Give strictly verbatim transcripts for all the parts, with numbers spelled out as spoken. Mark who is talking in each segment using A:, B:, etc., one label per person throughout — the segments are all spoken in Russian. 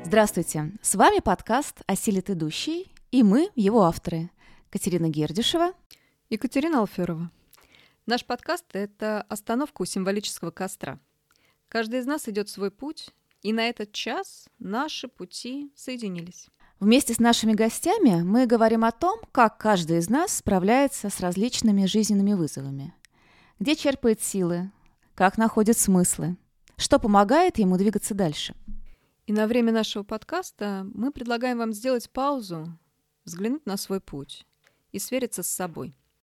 A: Здравствуйте! С вами подкаст «Осилит идущий» и мы, его авторы, Катерина Гердишева,
B: Екатерина Алферова. Наш подкаст – это остановка у символического костра. Каждый из нас идет свой путь, и на этот час наши пути соединились.
A: Вместе с нашими гостями мы говорим о том, как каждый из нас справляется с различными жизненными вызовами, где черпает силы, как находит смыслы, что помогает ему двигаться дальше.
B: И на время нашего подкаста мы предлагаем вам сделать паузу, взглянуть на свой путь и свериться с собой.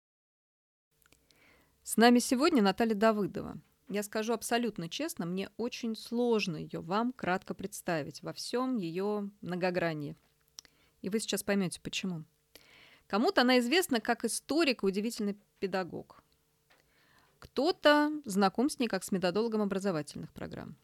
B: С нами сегодня Наталья Давыдова. Я скажу абсолютно честно, мне очень сложно ее вам кратко представить во всем ее многогрании. И вы сейчас поймете, почему. Кому-то она известна как историк и удивительный педагог. Кто-то знаком с ней как с методологом образовательных программ.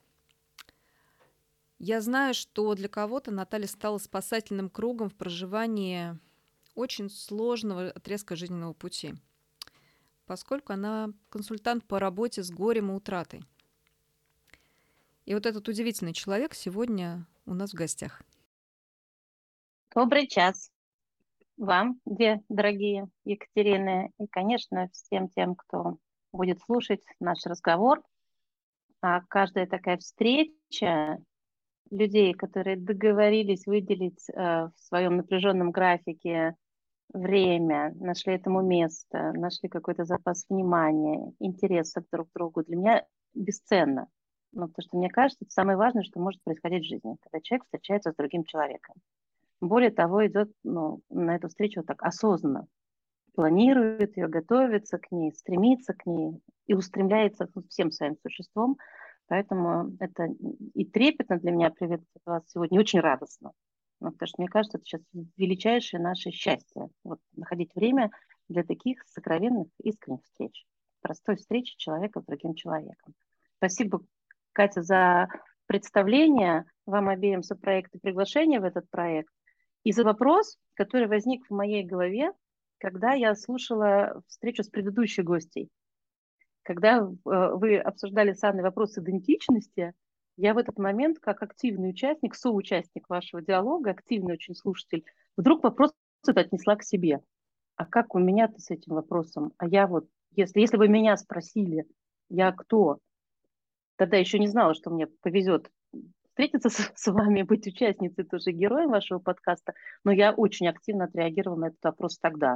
B: Я знаю, что для кого-то Наталья стала спасательным кругом в проживании очень сложного отрезка жизненного пути, поскольку она консультант по работе с горем и утратой. И вот этот удивительный человек сегодня у нас в гостях.
C: Добрый час вам, две дорогие Екатерины, и, конечно, всем тем, кто будет слушать наш разговор. А каждая такая встреча людей, которые договорились выделить э, в своем напряженном графике время, нашли этому место, нашли какой-то запас внимания, интереса друг к другу, для меня бесценно. Ну, потому что мне кажется, это самое важное, что может происходить в жизни, когда человек встречается с другим человеком. Более того, идет ну, на эту встречу вот так осознанно, планирует ее, готовится к ней, стремится к ней и устремляется всем своим существом. Поэтому это и трепетно для меня приветствовать вас сегодня, и очень радостно. Ну, потому что мне кажется, это сейчас величайшее наше счастье. Вот, находить время для таких сокровенных, искренних встреч. Простой встречи человека с другим человеком. Спасибо, Катя, за представление вам обеим за проект и приглашение в этот проект. И за вопрос, который возник в моей голове, когда я слушала встречу с предыдущей гостьей. Когда э, вы обсуждали с Анной вопрос идентичности, я в этот момент, как активный участник, соучастник вашего диалога, активный очень слушатель, вдруг вопрос этот отнесла к себе. А как у меня-то с этим вопросом? А я вот, если, если бы меня спросили, я кто? Тогда еще не знала, что мне повезет встретиться с, с вами, быть участницей, тоже героем вашего подкаста, но я очень активно отреагировала на этот вопрос тогда.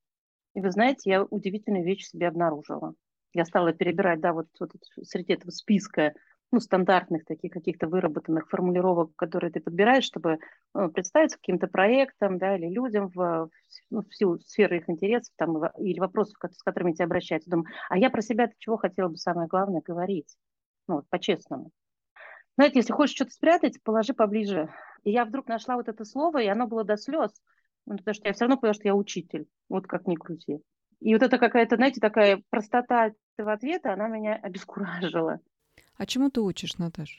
C: И вы знаете, я удивительную вещь в себе обнаружила. Я стала перебирать, да, вот, вот среди этого списка, ну, стандартных таких каких-то выработанных формулировок, которые ты подбираешь, чтобы ну, представиться каким-то проектом, да, или людям в, ну, в силу сферы их интересов там, или вопросов, с которыми тебе обращаются. Думаю, а я про себя чего хотела бы самое главное говорить? Ну, вот, по-честному. Знаете, если хочешь что-то спрятать, положи поближе. И я вдруг нашла вот это слово, и оно было до слез. Ну, потому что я все равно поняла, что я учитель. Вот как ни крути. И вот это какая-то, знаете, такая простота этого ответа, она меня обескуражила.
B: А чему ты учишь, Наташ?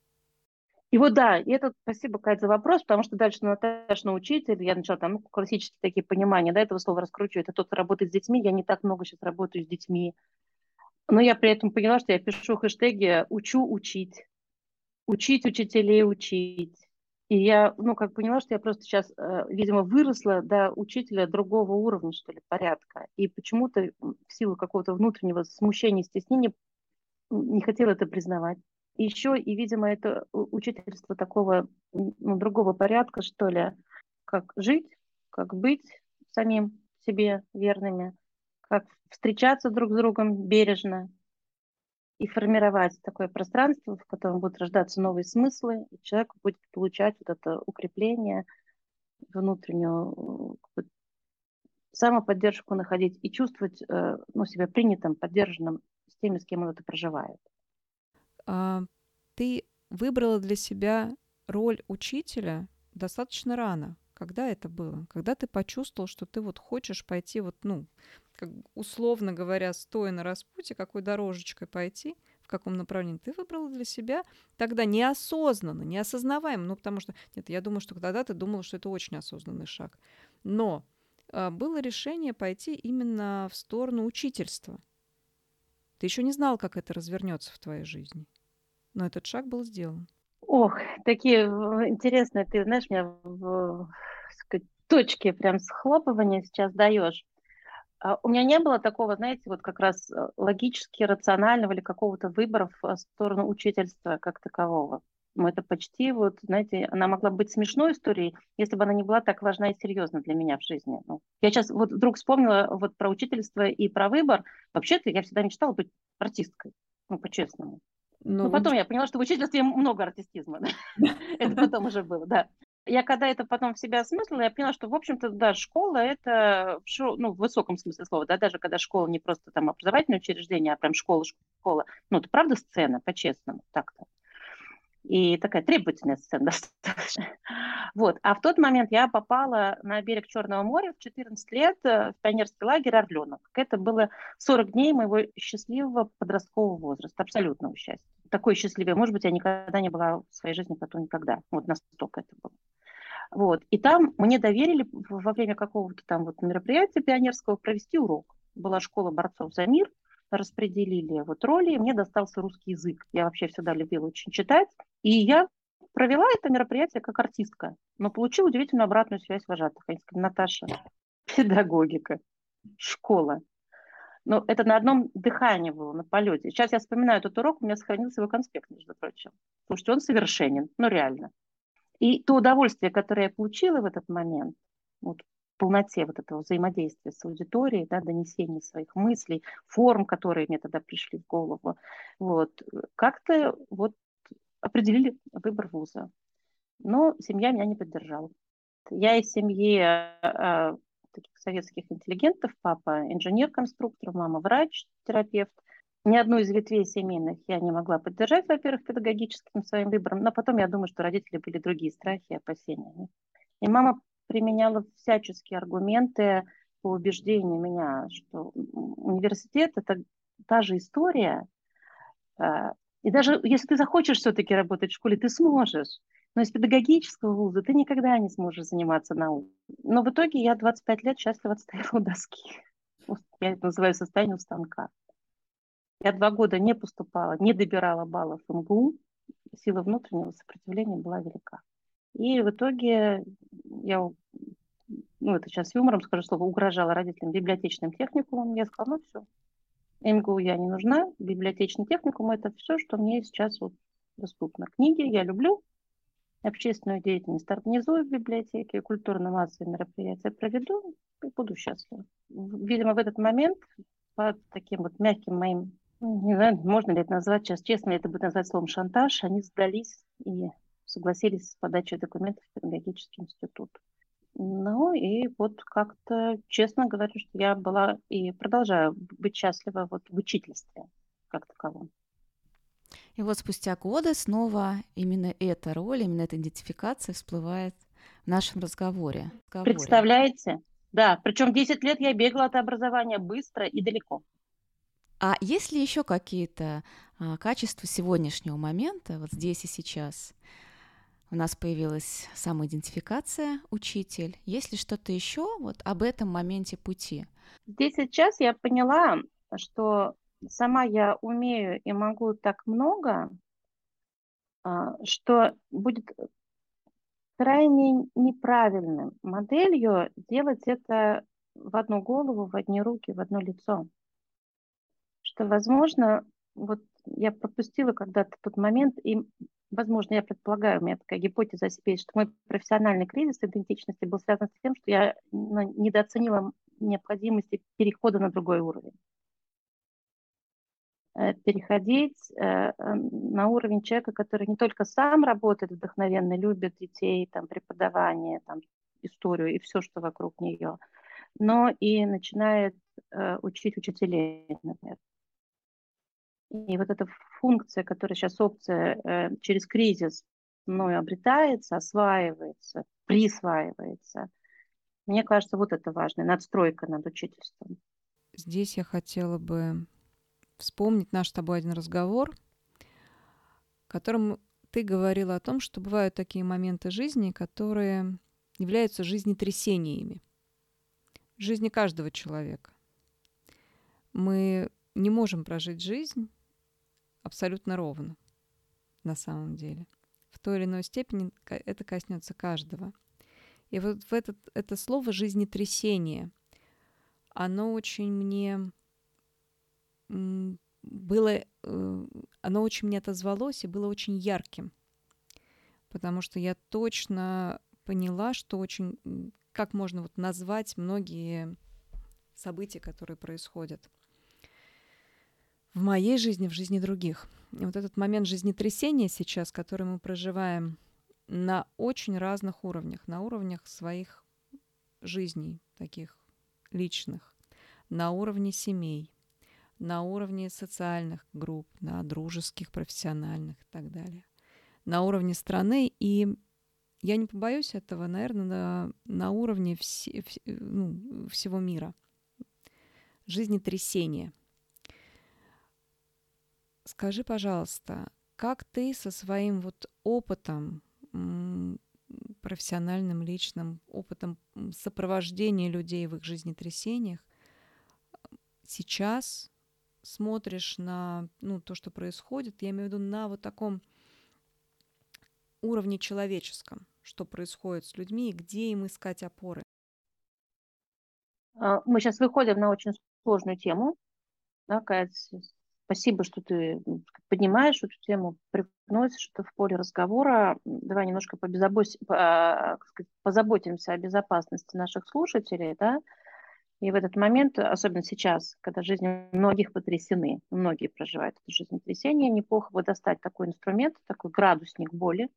C: И вот да, и это спасибо, Кать, за вопрос, потому что дальше Наташа, учитель, я начала там ну, классические такие понимания, да, этого слова раскручиваю. Это тот, кто работает с детьми. Я не так много сейчас работаю с детьми. Но я при этом поняла, что я пишу хэштеги «учу учить». Учить учителей учить. И я, ну, как поняла, что я просто сейчас, э, видимо, выросла до учителя другого уровня, что ли, порядка. И почему-то в силу какого-то внутреннего смущения, стеснения не хотела это признавать. И еще, и, видимо, это учительство такого, ну, другого порядка, что ли, как жить, как быть самим себе верными, как встречаться друг с другом бережно, и формировать такое пространство, в котором будут рождаться новые смыслы, и человек будет получать вот это укрепление, внутреннюю самоподдержку находить и чувствовать ну, себя принятым, поддержанным с теми, с кем он это проживает.
B: А, ты выбрала для себя роль учителя достаточно рано. Когда это было? Когда ты почувствовал, что ты вот хочешь пойти вот, ну, как условно говоря, стоя на распутье, какой дорожечкой пойти, в каком направлении? Ты выбрала для себя тогда неосознанно, неосознаваемо, ну, потому что, нет, я думаю, что тогда ты думала, что это очень осознанный шаг. Но а, было решение пойти именно в сторону учительства. Ты еще не знал, как это развернется в твоей жизни. Но этот шаг был сделан.
C: Ох, такие в- интересные, ты знаешь, меня в, так сказать, точки прям схлопывания сейчас даешь. А у меня не было такого, знаете, вот как раз э, логически рационального или какого-то выбора в э, сторону учительства как такового. Ну, это почти, вот, знаете, она могла быть смешной историей, если бы она не была так важна и серьезна для меня в жизни. Ну, я сейчас вот вдруг вспомнила вот про учительство и про выбор. Вообще-то я всегда мечтала быть артисткой, ну, по-честному.
B: Ну,
C: Ну,
B: вот
C: потом я поняла, что в учительстве много артистизма. Это потом уже было, да. Я когда это потом в себя осмыслила, я поняла, что, в общем-то, да, школа — это, в шо- ну, в высоком смысле слова, да, даже когда школа не просто там образовательное учреждение, а прям школа-школа, ну, это правда сцена, по-честному, так-то. И такая требовательная сцена достаточно. Вот. А в тот момент я попала на берег Черного моря в четырнадцать лет э, в пионерский лагерь «Орленок». Это было сорок дней моего счастливого подросткового возраста, абсолютного счастья. Такое счастливое, может быть, я никогда не была в своей жизни, потом никогда. Вот настолько это было. Вот. И там мне доверили во время какого-то там вот мероприятия пионерского провести урок. Была школа борцов за мир, распределили вот роли, и мне достался русский язык. Я вообще всегда любила очень читать. И я провела это мероприятие как артистка, но получила удивительную обратную связь вожатых. Они сказали: Наташа, педагогика, школа. Но это на одном дыхании было, на полете. Сейчас я вспоминаю этот урок, у меня сохранился его конспект, между прочим. Слушайте, он совершенен, ну реально. И то удовольствие, которое я получила в этот момент, вот, в полноте вот этого взаимодействия с аудиторией, да, донесения своих мыслей, форм, которые мне тогда пришли в голову, вот, как-то вот определили выбор вуза. Но семья меня не поддержала. Я из семьи э, таких советских интеллигентов: папа инженер-конструктор, мама врач-терапевт. Ни одну из ветвей семейных я не могла поддержать, во-первых, педагогическим своим выбором, но потом я думаю, что родители были другие страхи и опасения. И мама применяла всяческие аргументы по убеждению меня, что университет — это та же история, а, и даже если ты захочешь все-таки работать в школе, ты сможешь. Но из педагогического вуза ты никогда не сможешь заниматься наукой. Но в итоге я двадцать пять лет счастливо отстояла у доски. Вот я это называю состояние у станка. Я два года не поступала, не добирала баллов в эм гэ у. Сила внутреннего сопротивления была велика. И в итоге я, ну это сейчас с юмором скажу слово, угрожала родителям библиотечным техникумом. Я сказала: ну все, эм гэ у я не нужна, библиотечный техникум — это все, что мне сейчас вот доступно. Книги я люблю, общественную деятельность организую в библиотеке, культурно-массовые мероприятия проведу и буду счастлива. Видимо, в этот момент под таким вот мягким моим, ну, не знаю, можно ли это назвать сейчас, честно ли это будет назвать словом шантаж, они сдались и согласились с подачей документов в педагогический институт. Ну и вот как-то, честно говорю, что я была и продолжаю быть счастлива вот в учительстве как таковом.
A: И вот спустя годы снова именно эта роль, именно эта идентификация всплывает в нашем разговоре. разговоре.
C: Представляете? Да, причем десять лет я бегала от образования быстро и далеко.
A: А есть ли еще какие-то а, качества сегодняшнего момента, вот здесь и сейчас? У нас появилась самоидентификация, учитель. Есть ли что-то еще вот об этом моменте пути?
C: Здесь сейчас я поняла, что сама я умею и могу так много, а, что будет крайне неправильным моделью делать это в одну голову, в одни руки, в одно лицо. Что, возможно, вот я пропустила когда-то тот момент, и, возможно, я предполагаю, у меня такая гипотеза о себе есть, что мой профессиональный кризис идентичности был связан с тем, что я, ну, недооценила необходимости перехода на другой уровень. Э, Переходить э, на уровень человека, который не только сам работает вдохновенно, любит детей, там, преподавание, там, историю и все, что вокруг нее, но и начинает э, учить учителей, например. И вот эта функция, которая сейчас опция э, через кризис мною обретается, осваивается, присваивается, мне кажется, вот это важно, надстройка над учительством.
B: Здесь я хотела бы вспомнить наш с тобой один разговор, в котором ты говорила о том, что бывают такие моменты жизни, которые являются жизнетрясениями в жизни каждого человека. Мы не можем прожить жизнь абсолютно ровно, на самом деле. в той или иной степени ка- это коснется каждого. И вот в этот, это слово «жизнетрясение», оно очень мне м, было, э, оно очень мне отозвалось и было очень ярким, потому что я точно поняла, что очень, м, как можно вот назвать многие события, которые происходят в моей жизни, в жизни других. И вот этот момент жизнетрясения сейчас, который мы проживаем на очень разных уровнях, на уровнях своих жизней, таких личных, на уровне семей, на уровне социальных групп, на дружеских, профессиональных и так далее, на уровне страны. И я не побоюсь этого, наверное, на, на уровне все, вс- ну, всего мира. Жизнетрясение. Скажи, пожалуйста, как ты со своим вот опытом, м, профессиональным, личным, опытом м, сопровождения людей в их жизнетрясениях сейчас смотришь на, ну, то, что происходит, я имею в виду на вот таком уровне человеческом, что происходит с людьми и где им искать опоры?
C: А, Мы сейчас выходим на очень сложную тему. Да, Кать, спасибо, что ты м, поднимаешь эту тему, привносишь это в поле разговора. М, Давай немножко побезабось- по- а, как сказать, позаботимся о безопасности наших слушателей, да. И в этот момент, особенно сейчас, когда жизни многих потрясены, многие проживают это жизнетрясение, неплохо бы достать такой инструмент, такой градусник боли,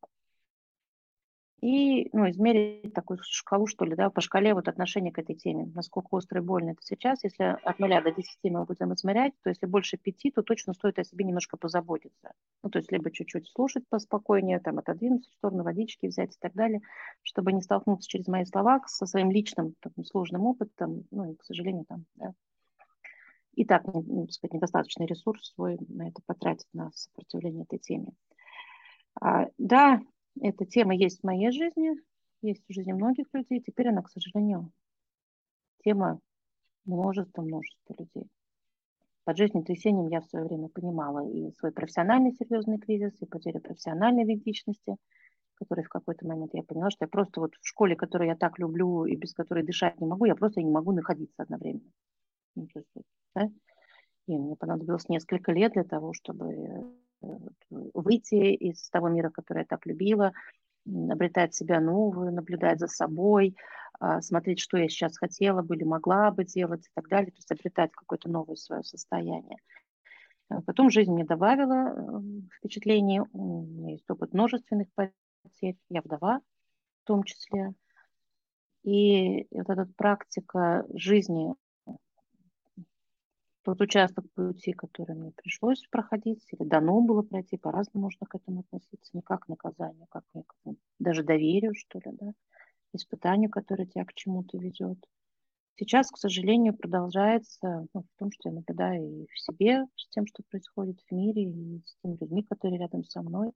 C: и ну, измерить такую шкалу, что ли, да, по шкале вот отношения к этой теме. Насколько остро и больно это сейчас. Если от нуля до десяти мы будем измерять, то если больше пяти, то точно стоит о себе немножко позаботиться. Ну, то есть либо чуть-чуть слушать поспокойнее, там, отодвинуться в сторону, водички взять и так далее, чтобы не столкнуться через мои слова со своим личным таким сложным опытом, ну, и, к сожалению, там, да, и так, ну, так сказать, недостаточный ресурс свой на это потратить, на сопротивление этой теме. А, да, эта тема есть в моей жизни, есть в жизни многих людей. Теперь она, к сожалению, тема множества-множества людей. Под жизнетрясением я в свое время понимала и свой профессиональный серьезный кризис, и потерю профессиональной идентичности, который в какой-то момент я поняла, что я просто вот в школе, которую я так люблю и без которой дышать не могу, я просто не могу находиться одновременно. Ну, то есть, да? И мне понадобилось несколько лет для того, чтобы э, выйти из того мира, который я так любила, обретать себя новую, наблюдать за собой, а, смотреть, что я сейчас хотела бы или могла бы делать и так далее, то есть обретать какое-то новое свое состояние. А Потом жизнь мне добавила э, впечатлений, у меня есть опыт множественных потерь, я вдова в том числе, и вот эта практика жизни, тот участок пути, который мне пришлось проходить, или дано было пройти, по-разному можно к этому относиться, не как к наказанию, как к некому, даже доверию, что ли, да, испытанию, которое тебя к чему-то ведет. Сейчас, к сожалению, продолжается ну, в том, что я наблюдаю и в себе, с тем, что происходит в мире, и с теми людьми, которые рядом со мной.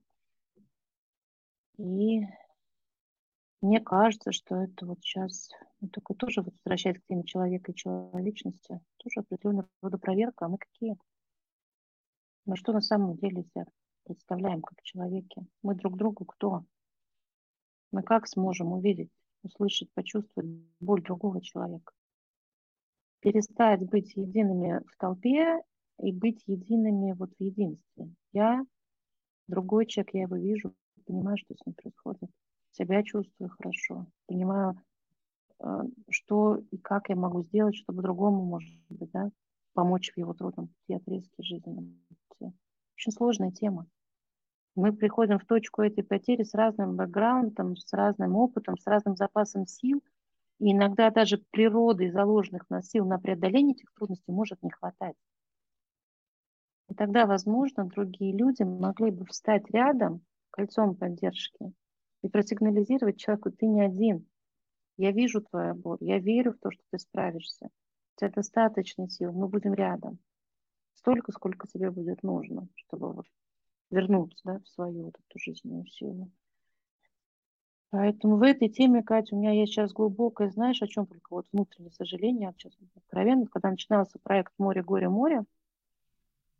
C: И мне кажется, что это вот сейчас ну, только тоже вот возвращаясь к теме человека и человечности, тоже определенного рода проверка, а мы какие? Мы что на самом деле себя представляем как человеки? Мы друг другу кто? Мы как сможем увидеть, услышать, почувствовать боль другого человека? Перестать быть едиными в толпе и быть едиными вот в единстве. Я, другой человек, я его вижу, понимаю, что с ним происходит. Себя чувствую хорошо, понимаю, э, что и как я могу сделать, чтобы другому, может быть, да, помочь в его трудном пути, отрезке жизненном пути. Очень сложная тема. Мы приходим в точку этой потери с разным бэкграундом, с разным опытом, с разным запасом сил, и иногда даже природой заложенных в нас сил на преодоление этих трудностей может не хватать. И тогда, возможно, другие люди могли бы встать рядом кольцом поддержки и просигнализировать человеку: ты не один, я вижу твою боль, я верю в то, что ты справишься. У тебя достаточно сил, мы будем рядом. Столько, сколько тебе будет нужно, чтобы вот вернуться, да, в свою вот эту жизненную силу. Поэтому в этой теме, Катя, у меня есть сейчас глубокое, знаешь, о чем только вот внутреннее сожаление, сейчас откровенно, когда начинался проект «Море, горе, море»,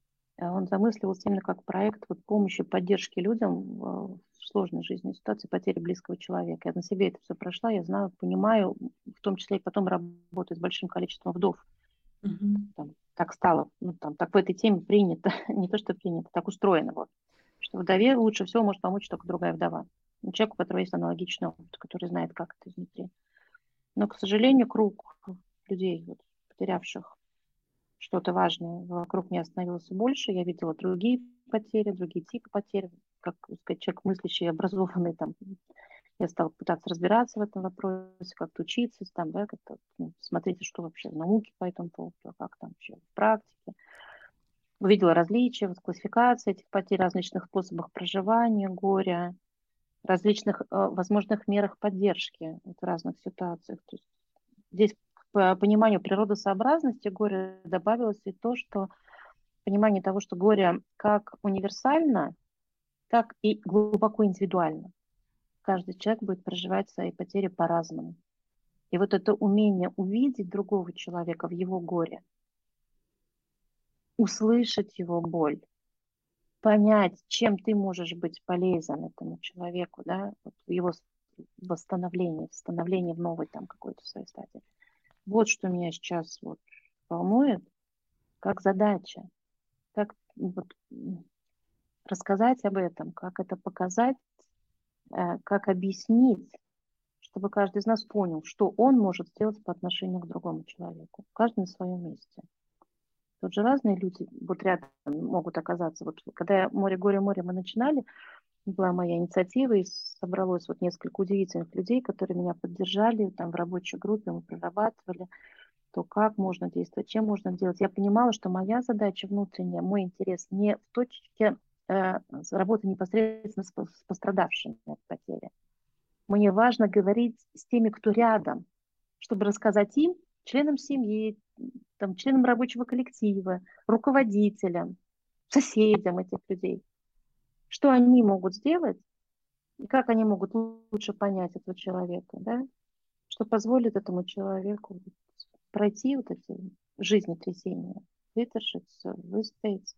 C: А он замысливался именно как проект вот помощи, поддержки людям в в сложной жизненной ситуации, потери близкого человека. Я на себе это все прошла, я знаю, понимаю, в том числе и потом работаю с большим количеством вдов.
D: Мгм.
C: Там, так стало, ну, там, так в этой теме принято, не то, что принято, так устроено, вот, что вдове лучше всего может помочь только другая вдова. Ну, человеку, у которого есть аналогичный опыт, который знает, как это изнутри. Но, к сожалению, круг людей, вот, потерявших что-то важное, вокруг меня становилось больше. Я видела другие потери, другие типы потерь. Как сказать, человек мыслящий, образованный, там, я стала пытаться разбираться в этом вопросе, как-то учиться, там, да, как-то ну, смотреть, что вообще в науке по этому поводу, а как там вообще в практике. Увидела различия в классификации этих потерь, различных способах проживания, горя, различных э, возможных мерах поддержки вот, в разных ситуациях. То есть здесь по пониманию природосообразности горя добавилось и то, что понимание того, что горе как универсально, так и глубоко индивидуально. Каждый человек будет проживать свои потери по-разному. И вот это умение увидеть другого человека в его горе, услышать его боль, понять, чем ты можешь быть полезен этому человеку, да, вот в его восстановлении, восстановлении в новой там какой-то своей стадии. Вот что меня сейчас вот волнует, как задача, как вот, рассказать об этом, как это показать, э, как объяснить, чтобы каждый из нас понял, что он может сделать по отношению к другому человеку. Каждый на своем месте. Тут же разные люди вот рядом могут оказаться. Вот когда я «Море, горе, море» мы начинали, была моя инициатива, и собралось вот несколько удивительных людей, которые меня поддержали, там в рабочей группе мы прорабатывали то, как можно действовать, чем можно делать. Я понимала, что моя задача внутренняя, мой интерес не в точке э, работы непосредственно с, с пострадавшими от потери. Мне важно говорить с теми, кто рядом, чтобы рассказать им, членам семьи, там, членам рабочего коллектива, руководителям, соседям этих людей, что они могут сделать и как они могут лучше понять этого человека, да, что позволит этому человеку пройти вот эти жизнетрясения, выдержать, выстоять,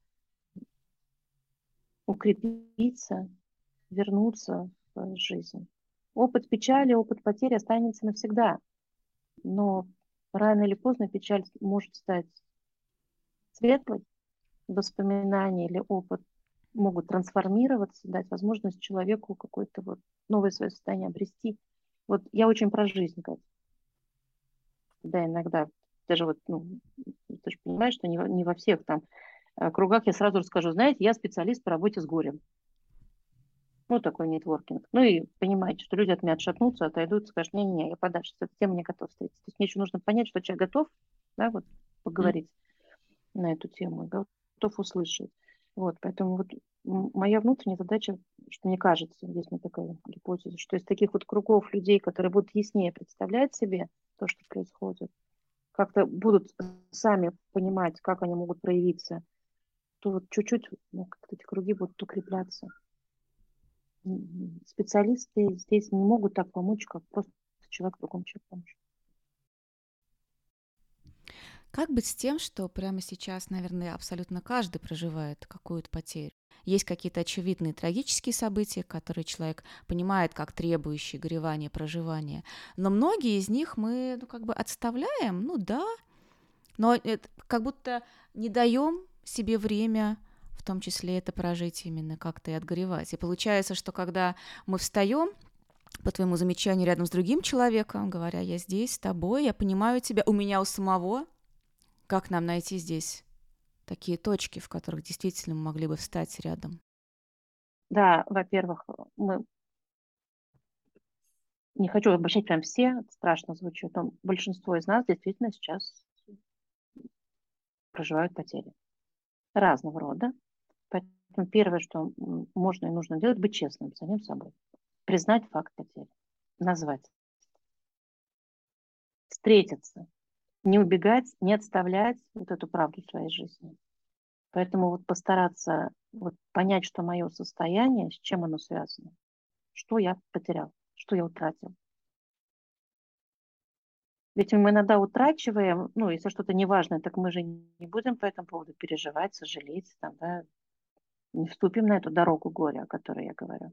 C: укрепиться, вернуться в жизнь. Опыт печали, опыт потери останется навсегда, но рано или поздно печаль может стать светлой, воспоминания или опыт могут трансформироваться, дать возможность человеку какое-то вот новое свое состояние обрести. Вот я очень про жизнь, Катя. Да, иногда даже вот, ну, ты же понимаешь, что не во, не во всех там э, кругах я сразу расскажу, знаете, я специалист по работе с горем. Ну, такой нетворкинг. Ну и понимаете, что люди от меня отшатнутся, отойдут, скажут, не-не-не, я подальше, с этой темой не готов встретиться. То есть мне еще нужно понять, что человек готов, да, вот поговорить mm. на эту тему, готов услышать. Вот, поэтому вот моя внутренняя задача, что мне кажется, есть мне такая гипотеза, что из таких вот кругов людей, которые будут яснее представлять себе то, что происходит, как-то будут сами понимать, как они могут проявиться, то вот чуть-чуть ну, как-то эти круги будут укрепляться. Специалисты здесь не могут так помочь, как просто человек другому человеку помочь.
A: Как быть с тем, что прямо сейчас, наверное, абсолютно каждый проживает какую-то потерю? Есть какие-то очевидные трагические события, которые человек понимает как требующие горевания, проживания, но многие из них мы ну, как бы отставляем, ну да, но это, как будто не даем себе время, в том числе это прожить именно как-то и отгоревать. И получается, что когда мы встаем, по твоему замечанию, рядом с другим человеком, говоря, я здесь с тобой, я понимаю тебя, у меня у самого, как нам найти здесь такие точки, в которых действительно мы могли бы встать рядом?
C: Да, во-первых, мы не хочу обращать прям все, это страшно звучит, но большинство из нас действительно сейчас проживают потери разного рода. Поэтому первое, что можно и нужно делать, быть честным с самим собой. Признать факт потери, назвать, встретиться, не убегать, не отставлять вот эту правду в своей жизни. Поэтому вот постараться вот понять, что мое состояние, с чем оно связано, что я потерял, что я утратил. Ведь мы иногда утрачиваем, ну, если что-то неважное, так мы же не будем по этому поводу переживать, сожалеть, там, да, не вступим на эту дорогу горя, о которой я говорю.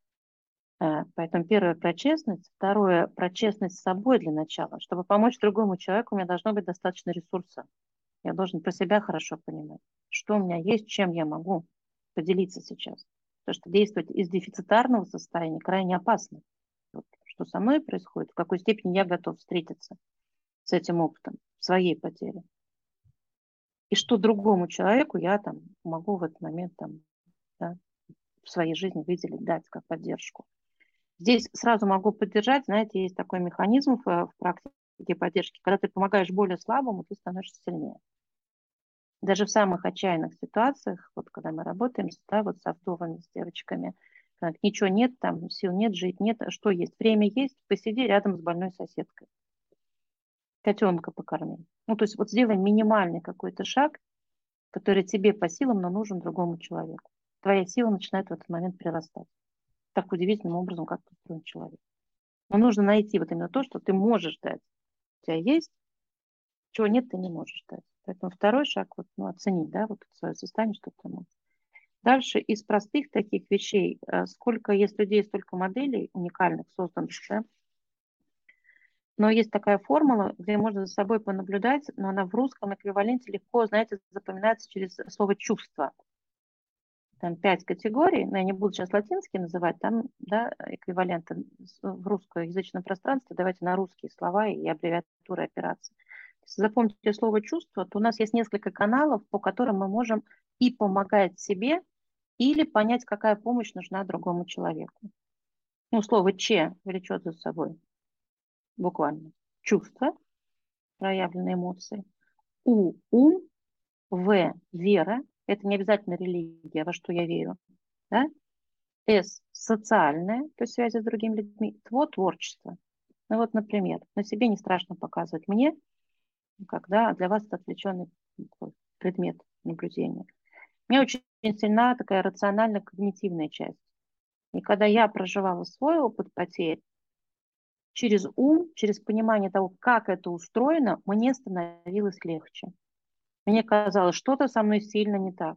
C: Э, Поэтому первое про честность, второе про честность с собой для начала. Чтобы помочь другому человеку, у меня должно быть достаточно ресурса. Я должен про себя хорошо понимать, что у меня есть, чем я могу поделиться сейчас. Потому что действовать из дефицитарного состояния крайне опасно. Вот, что со мной происходит, в какой степени я готов встретиться с этим опытом своей потери. И что другому человеку я там могу в этот момент там, да, в своей жизни выделить, дать как поддержку. Здесь сразу могу поддержать, знаете, есть такой механизм в, в практике поддержки, когда ты помогаешь более слабому, ты становишься сильнее. Даже в самых отчаянных ситуациях, вот когда мы работаем, да, вот со вдовами, с девочками, как ничего нет, там сил нет, жить нет, а что есть? Время есть, посиди рядом с больной соседкой. Котенка покорми. Ну, то есть вот сделай минимальный какой-то шаг, который тебе по силам, но нужен другому человеку. Твоя сила начинает в этот момент прирастать. Так удивительным образом, как устроен человек. Но нужно найти вот именно то, что ты можешь дать. У тебя есть, чего нет, ты не можешь дать. Поэтому второй шаг, вот, ну, оценить, да, вот свое состояние, что ты можешь. Дальше из простых таких вещей, э, сколько есть людей, столько моделей уникальных, созданных, да? Но есть такая формула, где можно за собой понаблюдать, но она в русском эквиваленте легко, знаете, запоминается через слово «чувство». Там пять категорий, но я не буду сейчас латинские называть, там, да, эквиваленты в русскоязычном пространстве, давайте на русские слова и аббревиатуры опираться. Если запомните слово «чувство», то у нас есть несколько каналов, по которым мы можем и помогать себе, или понять, какая помощь нужна другому человеку. Ну, слово «че» влечет за собой буквально чувства, проявленные эмоции. У – ум, В – вера. Это не обязательно религия, во что я верю. Да? С – социальное, то есть связи с другими людьми. Тво – творчество. Ну вот, например, на себе не страшно показывать мне, когда для вас это отвлеченный предмет наблюдения. У меня очень сильна такая рационально-когнитивная часть. И когда я проживала свой опыт потерь, через ум, через понимание того, как это устроено, мне становилось легче. Мне казалось, что-то со мной сильно не так.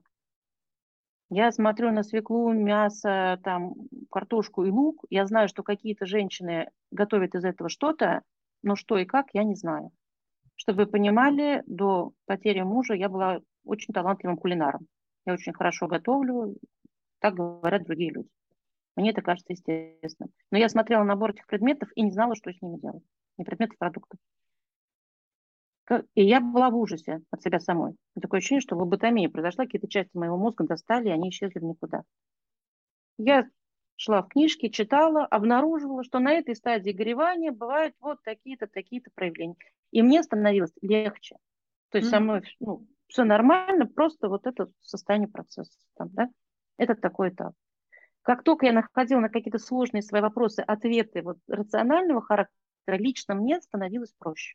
C: Я смотрю на свеклу, мясо, там, картошку и лук. Я знаю, что какие-то женщины готовят из этого что-то, но что и как, я не знаю. Чтобы вы понимали, до потери мужа я была очень талантливым кулинаром. Я очень хорошо готовлю, так говорят другие люди. Мне это кажется естественным. Но я смотрела набор этих предметов и не знала, что с ними делать. Не предметов, а продуктов. И я была в ужасе от себя самой. Такое ощущение, что лоботомия произошла, какие-то части моего мозга достали, и они исчезли в никуда. Я шла в книжки, читала, обнаруживала, что на этой стадии горевания бывают вот такие-то, такие-то проявления. И мне становилось легче. То есть со мной ну, все нормально, просто вот это состояние процесса. Там, да? Это такой этап. Как только я находила на какие-то сложные свои вопросы ответы вот, рационального характера, лично мне становилось проще.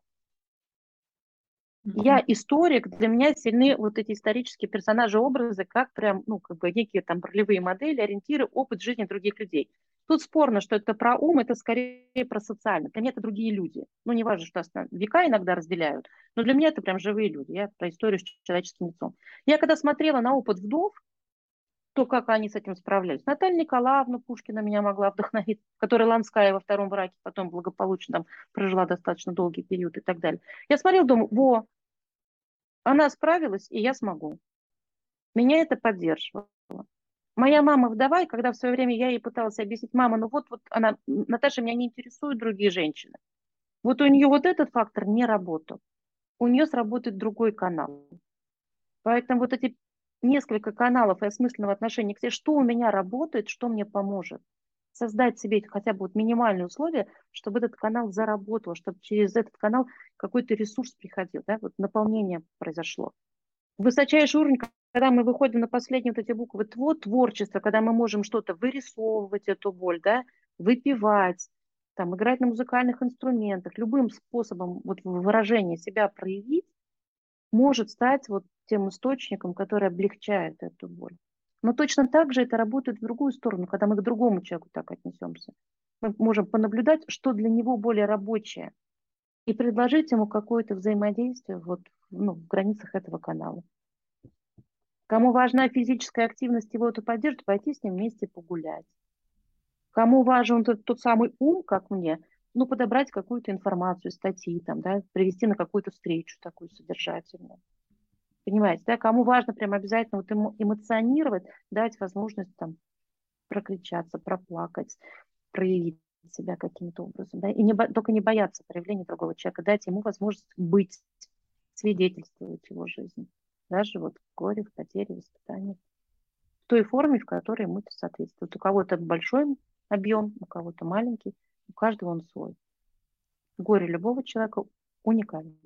C: Я историк, для меня сильны вот эти исторические персонажи, образы, как прям, ну, как бы некие там ролевые модели, ориентиры, опыт жизни других людей. Тут спорно, что это про ум, это скорее про социально. Для меня это другие люди. Ну, не важно, что нас века иногда разделяют, но для меня это прям живые люди. Я про историю с человеческим лицом. Я когда смотрела на опыт вдов, то как они с этим справлялись. Наталья Николаевна Пушкина меня могла вдохновить, которая Ланская во втором браке потом благополучно там прожила достаточно долгий период и так далее. Я смотрела, думаю, во, она справилась, и я смогу. Меня это поддерживало. Моя мама вдова, и когда в свое время я ей пыталась объяснить, мама, ну вот, вот она, Наташа, меня не интересуют другие женщины. Вот у нее вот этот фактор не работал. У нее сработает другой канал. Поэтому вот эти несколько каналов и осмысленного отношения к себе, что у меня работает, что мне поможет. Создать себе хотя бы вот минимальные условия, чтобы этот канал заработал, чтобы через этот канал какой-то ресурс приходил, да, вот наполнение произошло. Высочайший уровень, когда мы выходим на последние вот эти буквы ТВО, творчество, когда мы можем что-то вырисовывать, эту боль, да, выпивать, там, играть на музыкальных инструментах, любым способом вот, выражения себя проявить, может стать вот тем источником, который облегчает эту боль. Но точно так же это работает в другую сторону, когда мы к другому человеку так отнесемся. Мы можем понаблюдать, что для него более рабочее. и предложить ему какое-то взаимодействие вот, ну, в границах этого канала. Кому важна физическая активность, его это поддержит, пойти с ним вместе погулять. Кому важен тот, тот самый ум, как мне, ну, подобрать какую-то информацию, статьи, там, да, привести на какую-то встречу такую содержательную. Понимаете, да, кому важно прям обязательно вот эмо- эмоционировать, дать возможность там прокричаться, проплакать, проявить себя каким-то образом, да, и не, бо- только не бояться проявления другого человека, дать ему возможность быть, свидетельствовать его жизни, даже вот в горе, в потере, в воспитании, в той форме, в которой ему это соответствует. У кого-то большой объем, у кого-то маленький, у каждого он свой. Горе любого человека уникально.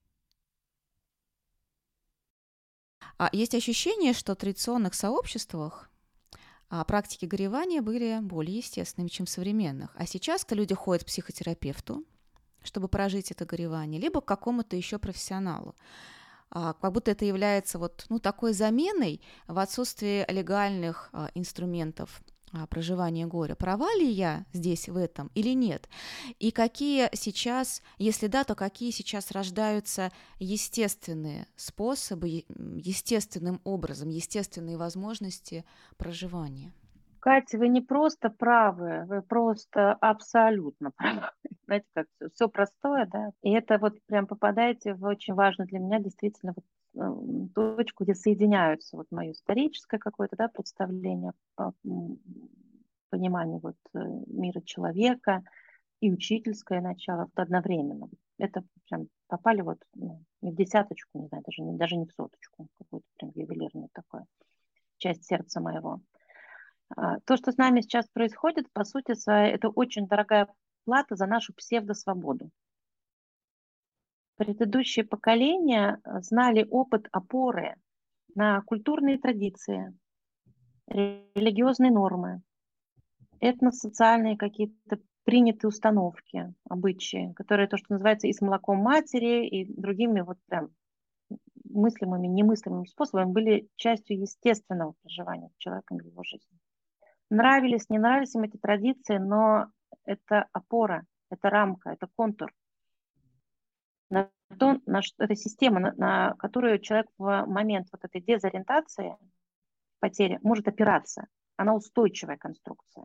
A: А есть ощущение, что в традиционных сообществах а, практики горевания были более естественными, чем в современных. А сейчас-то люди ходят к психотерапевту, чтобы прожить это горевание, либо к какому-то еще профессионалу. А, как будто это является вот, ну, такой заменой в отсутствии легальных а, инструментов а, проживания горя. Права ли я здесь в этом или нет? И какие сейчас, если да, то какие сейчас рождаются естественные способы, е- м, естественным образом, естественные возможности проживания?
C: Катя, вы не просто правы, вы просто абсолютно правы. Знаете, как все простое, да, и это вот прям попадаете в очень важную для меня действительно вот, эм, точку, где соединяются вот мое историческое какое-то, да, представление, а, м, понимание вот э, мира человека и учительское начало вот одновременно. Это прям попали вот ну, не в десяточку, не знаю, даже не, даже не в соточку, какую-то прям ювелирную такую часть сердца моего. А, То, что с нами сейчас происходит, по сути своей, это очень дорогая плата за нашу псевдосвободу. Предыдущие поколения э, знали опыт опоры на культурные традиции, религиозные нормы, этносоциальные какие-то принятые установки, обычаи, которые то, что называется и с молоком матери, и другими вот прям мыслимыми, немыслимыми способами были частью естественного проживания человеком в его жизни. Нравились, не нравились им эти традиции, но это опора, это рамка, это контур. На то, на что, это система, на, на которую человек в момент вот этой дезориентации, потери, может опираться. Она устойчивая конструкция.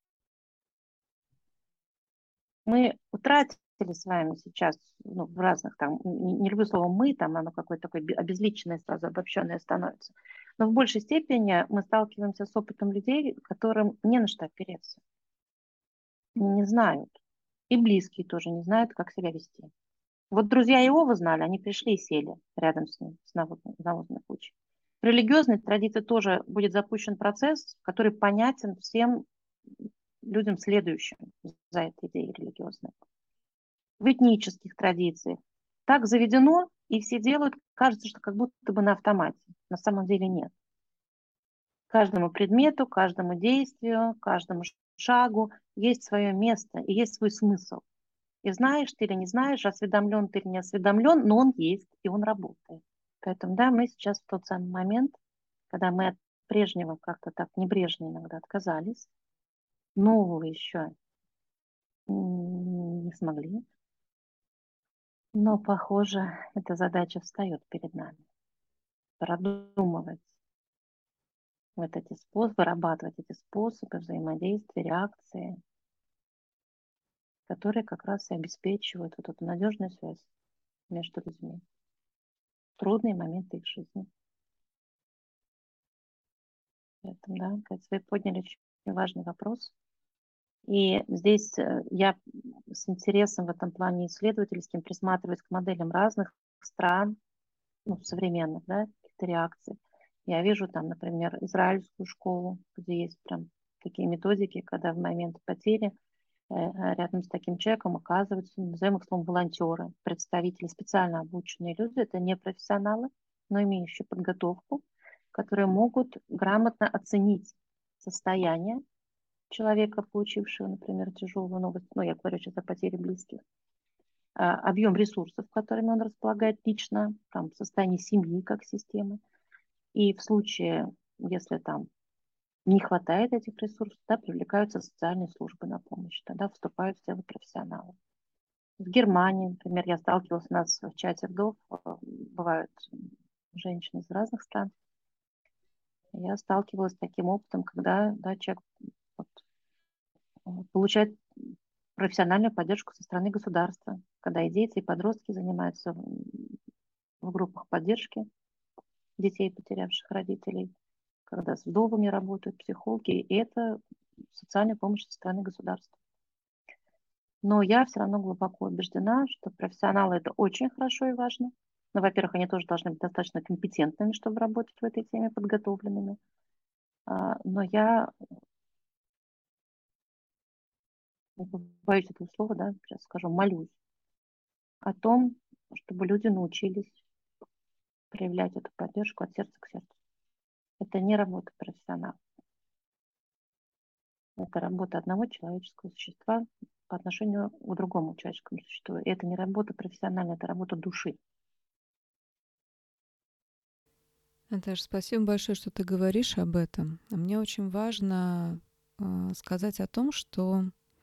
C: Мы утратили с вами сейчас ну, в разных там, не, не люблю слово мы, там оно какое-то такое обезличенное, сразу обобщенное становится. Но в большей степени мы сталкиваемся с опытом людей, которым не на что опереться. Не знают. И близкие тоже не знают, как себя вести. Вот друзья Иова знали, они пришли и сели рядом с ним, с навозной, навозной кучей. В религиозной традиции тоже будет запущен процесс, который понятен всем людям, следующим за этой идеей религиозной. В этнических традициях так заведено, и все делают, кажется, что как будто бы на автомате. На самом деле нет. Каждому предмету, каждому действию, каждому шагу есть свое место и есть свой смысл. И знаешь ты или не знаешь, осведомлен ты или не осведомлен, но он есть, и он работает. Поэтому, да, мы сейчас в тот самый момент, когда мы от прежнего как-то так небрежно иногда отказались, нового еще не смогли, но, похоже, эта задача встает перед нами. Продумывать вот эти способы, вырабатывать эти способы взаимодействия, реакции, которые как раз и обеспечивают вот эту надежную связь между людьми в трудные моменты их жизни. Поэтому, да, Катя, вы подняли очень важный вопрос. И здесь э, я с интересом в этом плане исследовательским присматриваюсь к моделям разных стран, ну, современных, да, каких-то реакций. Я вижу там, например, израильскую школу, где есть прям такие методики, когда в момент потери э, э, рядом с таким человеком оказываются, назовем их словом, волонтеры, представители, специально обученные люди. Это не профессионалы, но имеющие подготовку, которые могут грамотно оценить состояние человека, получившего, например, тяжелую новость, ну, я говорю сейчас о потере близких, а, объем ресурсов, которыми он располагает лично, там, состояние семьи как системы. И в случае, если там не хватает этих ресурсов, да, привлекаются социальные службы на помощь, тогда вступают в дело профессионалы. В Германии, например, я сталкивалась, у нас в чате вдов э, бывают женщины из разных стран. Я сталкивалась с таким опытом, когда да, человек вот, э, получает профессиональную поддержку со стороны государства, когда и дети, и подростки занимаются в, в группах поддержки детей, потерявших родителей, когда с вдовами работают психологи, и это социальная помощь со стороны государства. Но я все равно глубоко убеждена, что профессионалы это очень хорошо и важно. Ну, во-первых, они тоже должны быть достаточно компетентными, чтобы работать в этой теме, подготовленными. А, Но я, не побоюсь этого слова, да, сейчас скажу, молюсь о том, чтобы люди научились проявлять эту поддержку от сердца к сердцу. Это не работа профессионала. Это работа одного человеческого существа по отношению к другому человеческому существу. И это не работа профессиональная, это работа души.
B: Наташа, спасибо большое, что ты говоришь об этом. А мне очень важно э, сказать о том, что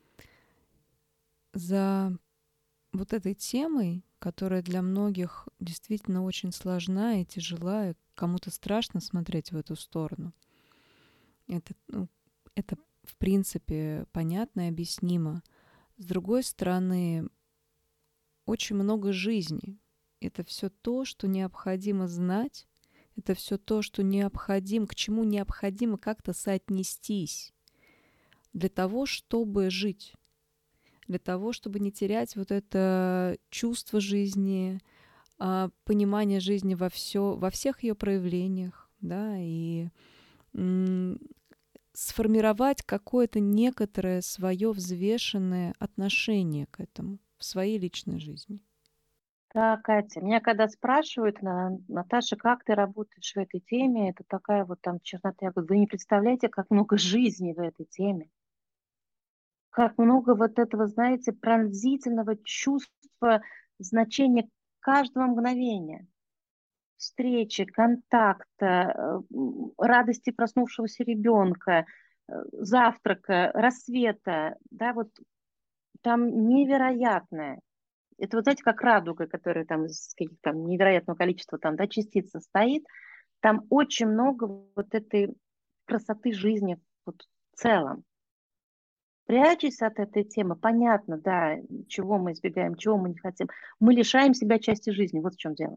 B: за вот этой темой, которая для многих действительно очень сложна и тяжела, и кому-то страшно смотреть в эту сторону, это, ну, это в принципе понятно и объяснимо. С другой стороны, очень много жизни. Это все то, что необходимо знать, это все то, что необходимо, к чему необходимо как-то соотнестись для того, чтобы жить, для того, чтобы не терять вот это чувство жизни, а, понимание жизни во, всё, во всех ее проявлениях, да, и м, сформировать какое-то некоторое свое взвешенное отношение к этому в своей личной жизни.
C: Да, Катя, меня когда спрашивают, «На- Наташа, как ты работаешь в этой теме?» Это такая вот там чернота. Я говорю, вы не представляете, как много жизни в этой теме. Как много вот этого, знаете, пронзительного чувства, значения каждого мгновения. Встречи, контакта, э, м, радости проснувшегося ребенка, э, завтрака, рассвета. Да, вот там невероятное. Это вот знаете, как радуга, которая там из каких там невероятного количества там, да, частиц состоит. Там очень много вот этой красоты жизни вот в целом. Прячась от этой темы, понятно, да, чего мы избегаем, чего мы не хотим. Мы лишаем себя части жизни, вот в чем дело.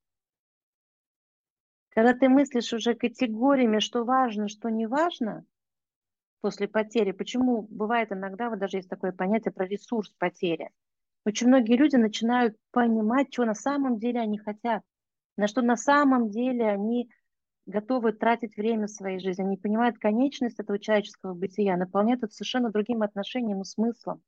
C: Когда ты мыслишь уже категориями, что важно, что не важно после потери, почему бывает иногда, вот даже есть такое понятие про ресурс потери. Очень многие люди начинают понимать, что на самом деле они хотят, на что на самом деле они готовы тратить время своей жизни. Они понимают конечность этого человеческого бытия, наполняют это совершенно другим отношением и смыслом.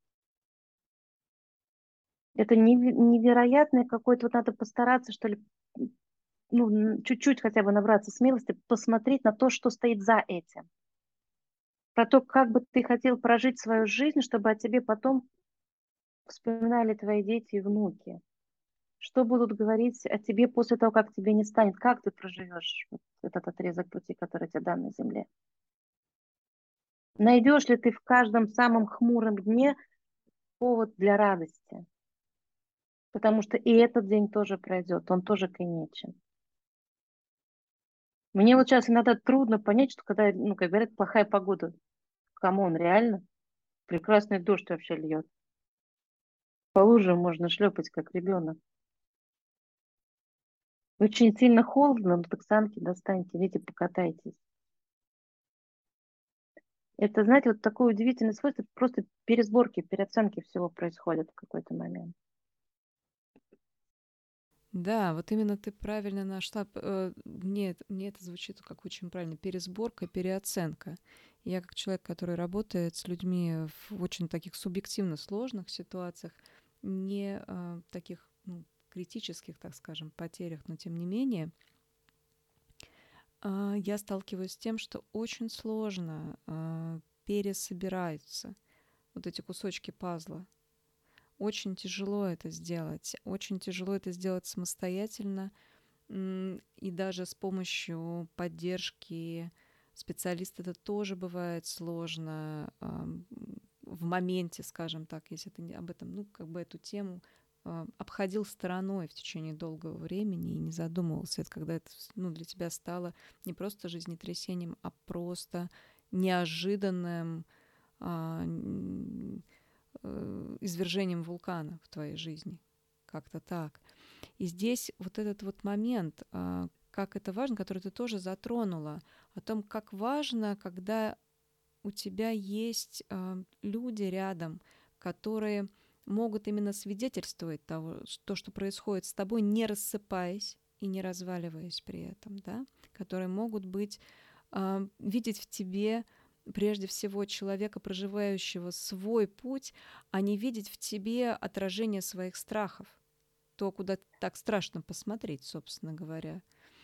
C: Это неве- невероятное какое-то, вот надо постараться, что ли, ну, н- чуть-чуть хотя бы набраться смелости, посмотреть на то, что стоит за этим. Про то, как бы ты хотел прожить свою жизнь, чтобы о тебе потом вспоминали твои дети и внуки. Что будут говорить о тебе после того, как тебе не станет? Как ты проживешь вот этот отрезок пути, который тебе дан на земле? Найдешь ли ты в каждом самом хмуром дне повод для радости? Потому что и этот день тоже пройдет, он тоже конечен. Мне вот сейчас иногда трудно понять, что когда, ну, как говорят, плохая погода. Камон, реально? Прекрасный дождь вообще льет. По лужам можно шлепать, как ребенок. Очень сильно холодно, но так санки достаньте, видите, покатайтесь. Это, знаете, вот такое удивительное свойство, просто пересборки, переоценки всего происходят в какой-то момент.
B: Да, вот именно ты правильно нашла. п- э, Мне, это- мне это звучит как очень правильно. Пересборка, переоценка. Я как человек, который работает с людьми в очень таких субъективно сложных ситуациях, не э, таких ну, критических, так скажем, потерях, но тем не менее, а, я сталкиваюсь с тем, что очень сложно а, пересобираются вот эти кусочки пазла. Очень тяжело это сделать. Очень тяжело это сделать самостоятельно. М, И даже с помощью поддержки специалиста это тоже бывает сложно. Ам, В в моменте, скажем так, если ты не- об этом, ну, как бы эту тему э, обходил стороной в течение долгого времени и не задумывался. Это когда это, с- ну, для тебя стало не просто жизнетрясением, а просто неожиданным а, н- э, извержением вулкана в твоей жизни. Как-то так. И здесь вот этот вот момент, а, как это важно, который ты тоже затронула, о том, как важно, когда у тебя есть а, люди рядом, которые могут именно свидетельствовать того, ш- то, что происходит с тобой, не рассыпаясь и не разваливаясь при этом, да, которые могут быть, а, видеть в тебе прежде всего человека, проживающего свой путь, а не видеть в тебе отражение своих страхов, то, куда так страшно посмотреть, собственно говоря.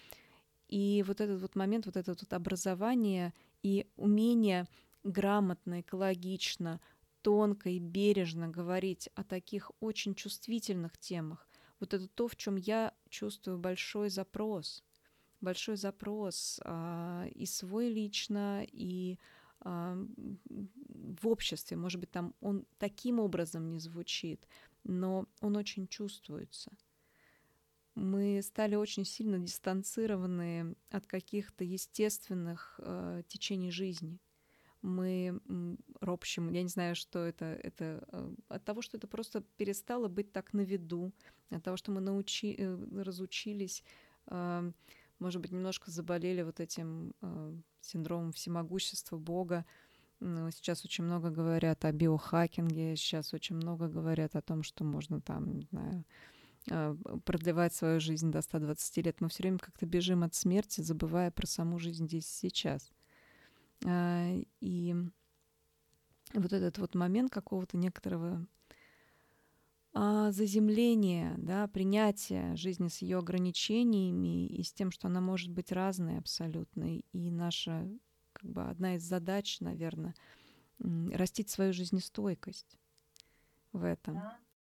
B: И вот этот вот момент, вот это вот образование и умение грамотно, экологично, тонко и бережно говорить о таких очень чувствительных темах, вот это то, в чем я чувствую большой запрос. Большой запрос а, и свой лично, и а, м, в обществе. Может быть, там он таким образом не звучит, но он очень чувствуется. Мы стали очень сильно дистанцированы от каких-то естественных э, течений жизни. Мы м, ропщем, я не знаю, что это, это э, от того, что это просто перестало быть так на виду, от того, что мы научи, э, разучились, э, может быть, немножко заболели вот этим э, синдромом всемогущества Бога. Ну, сейчас очень много говорят о биохакинге, сейчас очень много говорят о том, что можно там, не знаю, а, продлевать свою жизнь до ста двадцати лет. Мы все время как-то бежим от смерти, забывая про саму жизнь здесь и сейчас. А, И вот этот вот момент какого-то некоторого а, заземления, да, принятия жизни с ее ограничениями и с тем, что она может быть разной абсолютно. И наша, как бы, одна из задач, наверное, растить свою жизнестойкость в этом.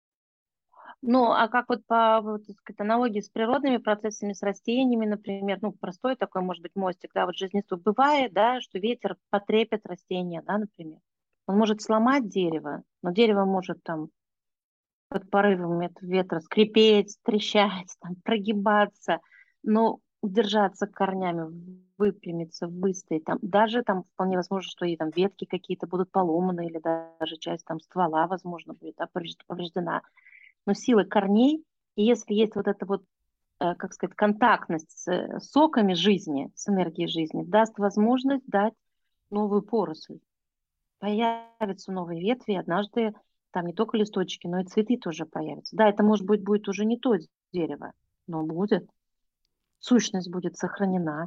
C: Ну, а как вот по, вот, так сказать, аналогии с природными процессами, с растениями, например, ну, простой такой, может быть, мостик, да, вот жизнисту бывает, да, что ветер потрепет растение, да, например. Он может сломать дерево, но дерево может там под порывами этого ветра скрипеть, трещать, там, прогибаться, но удержаться корнями, выпрямиться, выстоять. Там, даже там вполне возможно, что и там ветки какие-то будут поломаны, или даже часть там ствола, возможно, будет да, повреждена. Но силы корней, и если есть вот эта вот, э, как сказать, контактность с э, соками жизни, с энергией жизни, даст возможность дать новую поросль. Появятся новые ветви, и однажды там не только листочки, но и цветы тоже появятся. Да, это, может быть, будет уже не то дерево, но будет. Сущность будет сохранена.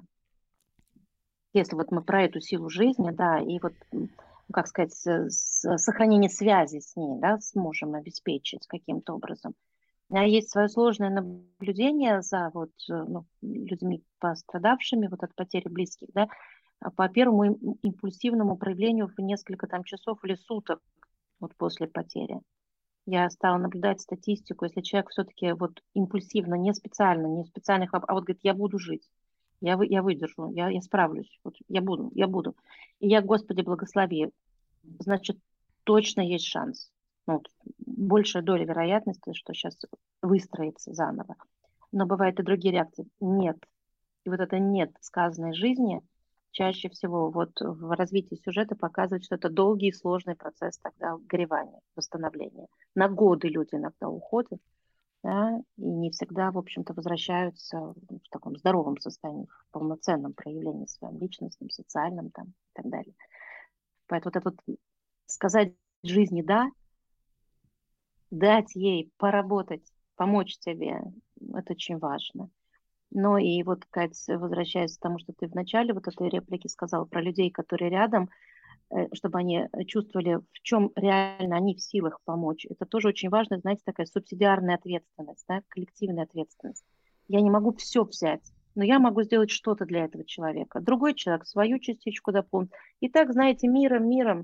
C: Если вот мы про эту силу жизни, да, и вот, м, как сказать, с- с- сохранение связи с ней, да, сможем обеспечить каким-то образом. У меня есть свое сложное наблюдение за вот, э, ну, людьми, пострадавшими вот от потери близких, да, а по первому им- импульсивному проявлению в несколько там часов или суток вот после потери. Я стала наблюдать статистику, если человек все-таки вот импульсивно, не специально, не в специальных, а а вот говорит, я буду жить, я, вы, я выдержу, я, я справлюсь, вот, я буду, я буду. И я, Господи, благослови, значит, точно есть шанс. Ну, вот, большая доля вероятности, что сейчас выстроится заново. Но бывают и другие реакции. Нет. И вот это «нет» сказанной жизни чаще всего вот в развитии сюжета показывает, что это долгий и сложный процесс тогда горевания, восстановления. На годы люди иногда уходят, да, и не всегда, в общем-то, возвращаются в таком здоровом состоянии, в полноценном проявлении своем личностном, социальном там, и так далее. Поэтому вот это вот сказать жизни «да», дать ей поработать, помочь тебе, это очень важно. Но и вот, Кать, возвращаясь к тому, что ты в начале вот этой реплики сказала про людей, которые рядом, э, чтобы они чувствовали, в чем реально они в силах помочь. Это тоже очень важно, знаете, такая субсидиарная ответственность, да, коллективная ответственность. Я не могу все взять, но я могу сделать что-то для этого человека. Другой человек свою частичку дополнит. И так, знаете, миром, миром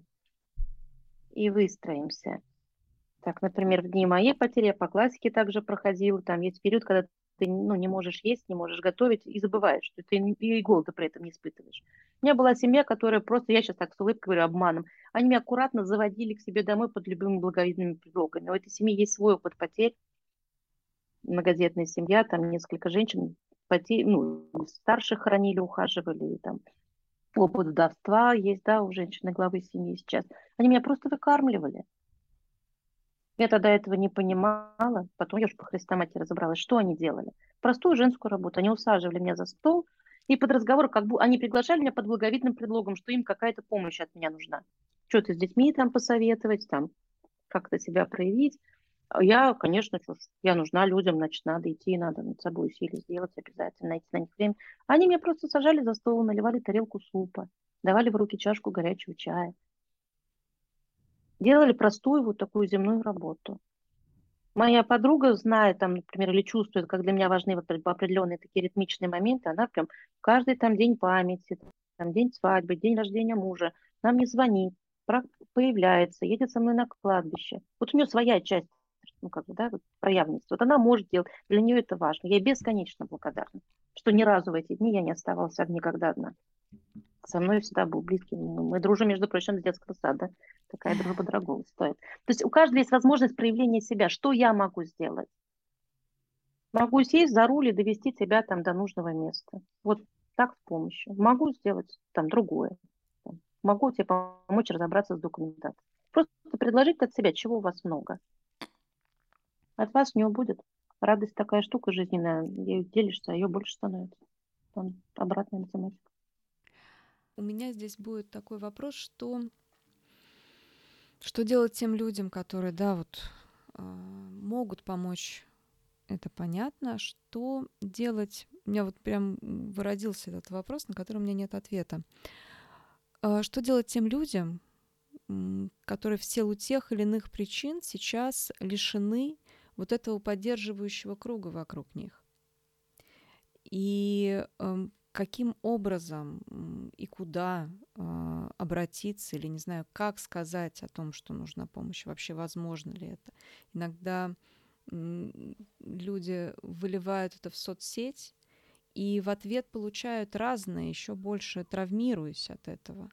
C: и выстроимся. Так, например, в дни моей потери я по классике также проходила. Там есть период, когда ты ну, не можешь есть, не можешь готовить, и забываешь, что ты и голода при этом не испытываешь. У меня была семья, которая просто, я сейчас так с улыбкой говорю, обманом, они меня аккуратно заводили к себе домой под любыми благовидными предлогами. У этой семьи есть свой опыт потерь, многодетная семья, там несколько женщин, потерь, ну, старших хоронили, ухаживали, и там опыт вдовства есть, да, у женщины главы семьи сейчас. Они меня просто выкармливали. Я тогда этого не понимала. Потом я уж по Христа Матери разобралась, что они делали. Простую женскую работу. Они усаживали меня за стол, и под разговор, как бы они приглашали меня под благовидным предлогом, что им какая-то помощь от меня нужна. Что-то с детьми там посоветовать, там как-то себя проявить. А Я, конечно, чё ж, я нужна людям, значит, надо идти, надо над собой усилия сделать обязательно, найти на них время. Они меня просто сажали за стол, наливали тарелку супа, давали в руки чашку горячего чая. Делали простую вот такую земную работу. Моя подруга знает, там, например, или чувствует, как для меня важны вот определенные такие ритмичные моменты, она прям каждый там день памяти, там, день свадьбы, день рождения мужа, она мне звонит, про- появляется, едет со мной на кладбище. Вот у нее своя часть, ну, как бы, да, вот проявленность. Вот она может делать, для нее это важно. Я ей бесконечно благодарна, что ни разу в эти дни я не оставалась никогда одна. Со мной всегда был близкий. Мы, мы дружим, между прочим, с детского сада. Такая дружба дорого стоит. То есть у каждого есть возможность проявления себя. Что я могу сделать? Могу сесть за руль и довести тебя там до нужного места. Вот так с помощью. Могу сделать там другое. Там, Могу тебе помочь разобраться с документацией. Просто предложить от себя, чего у вас много. От вас не убудет. Радость такая штука жизненная. Ею делишься, а ее больше становится. Там обратная математика.
B: У меня здесь будет такой вопрос, что, что делать тем людям, которые, да, вот э, могут помочь, это понятно. Что делать? У меня вот прям выродился этот вопрос, на который у меня нет ответа. Э, Что делать тем людям, м, которые в силу тех или иных причин сейчас лишены вот этого поддерживающего круга вокруг них? И эм, каким образом м, и куда а, обратиться, или не знаю, как сказать о том, что нужна помощь, вообще возможно ли это. Иногда м, люди выливают это в соцсеть и в ответ получают разное, еще больше травмируясь от этого.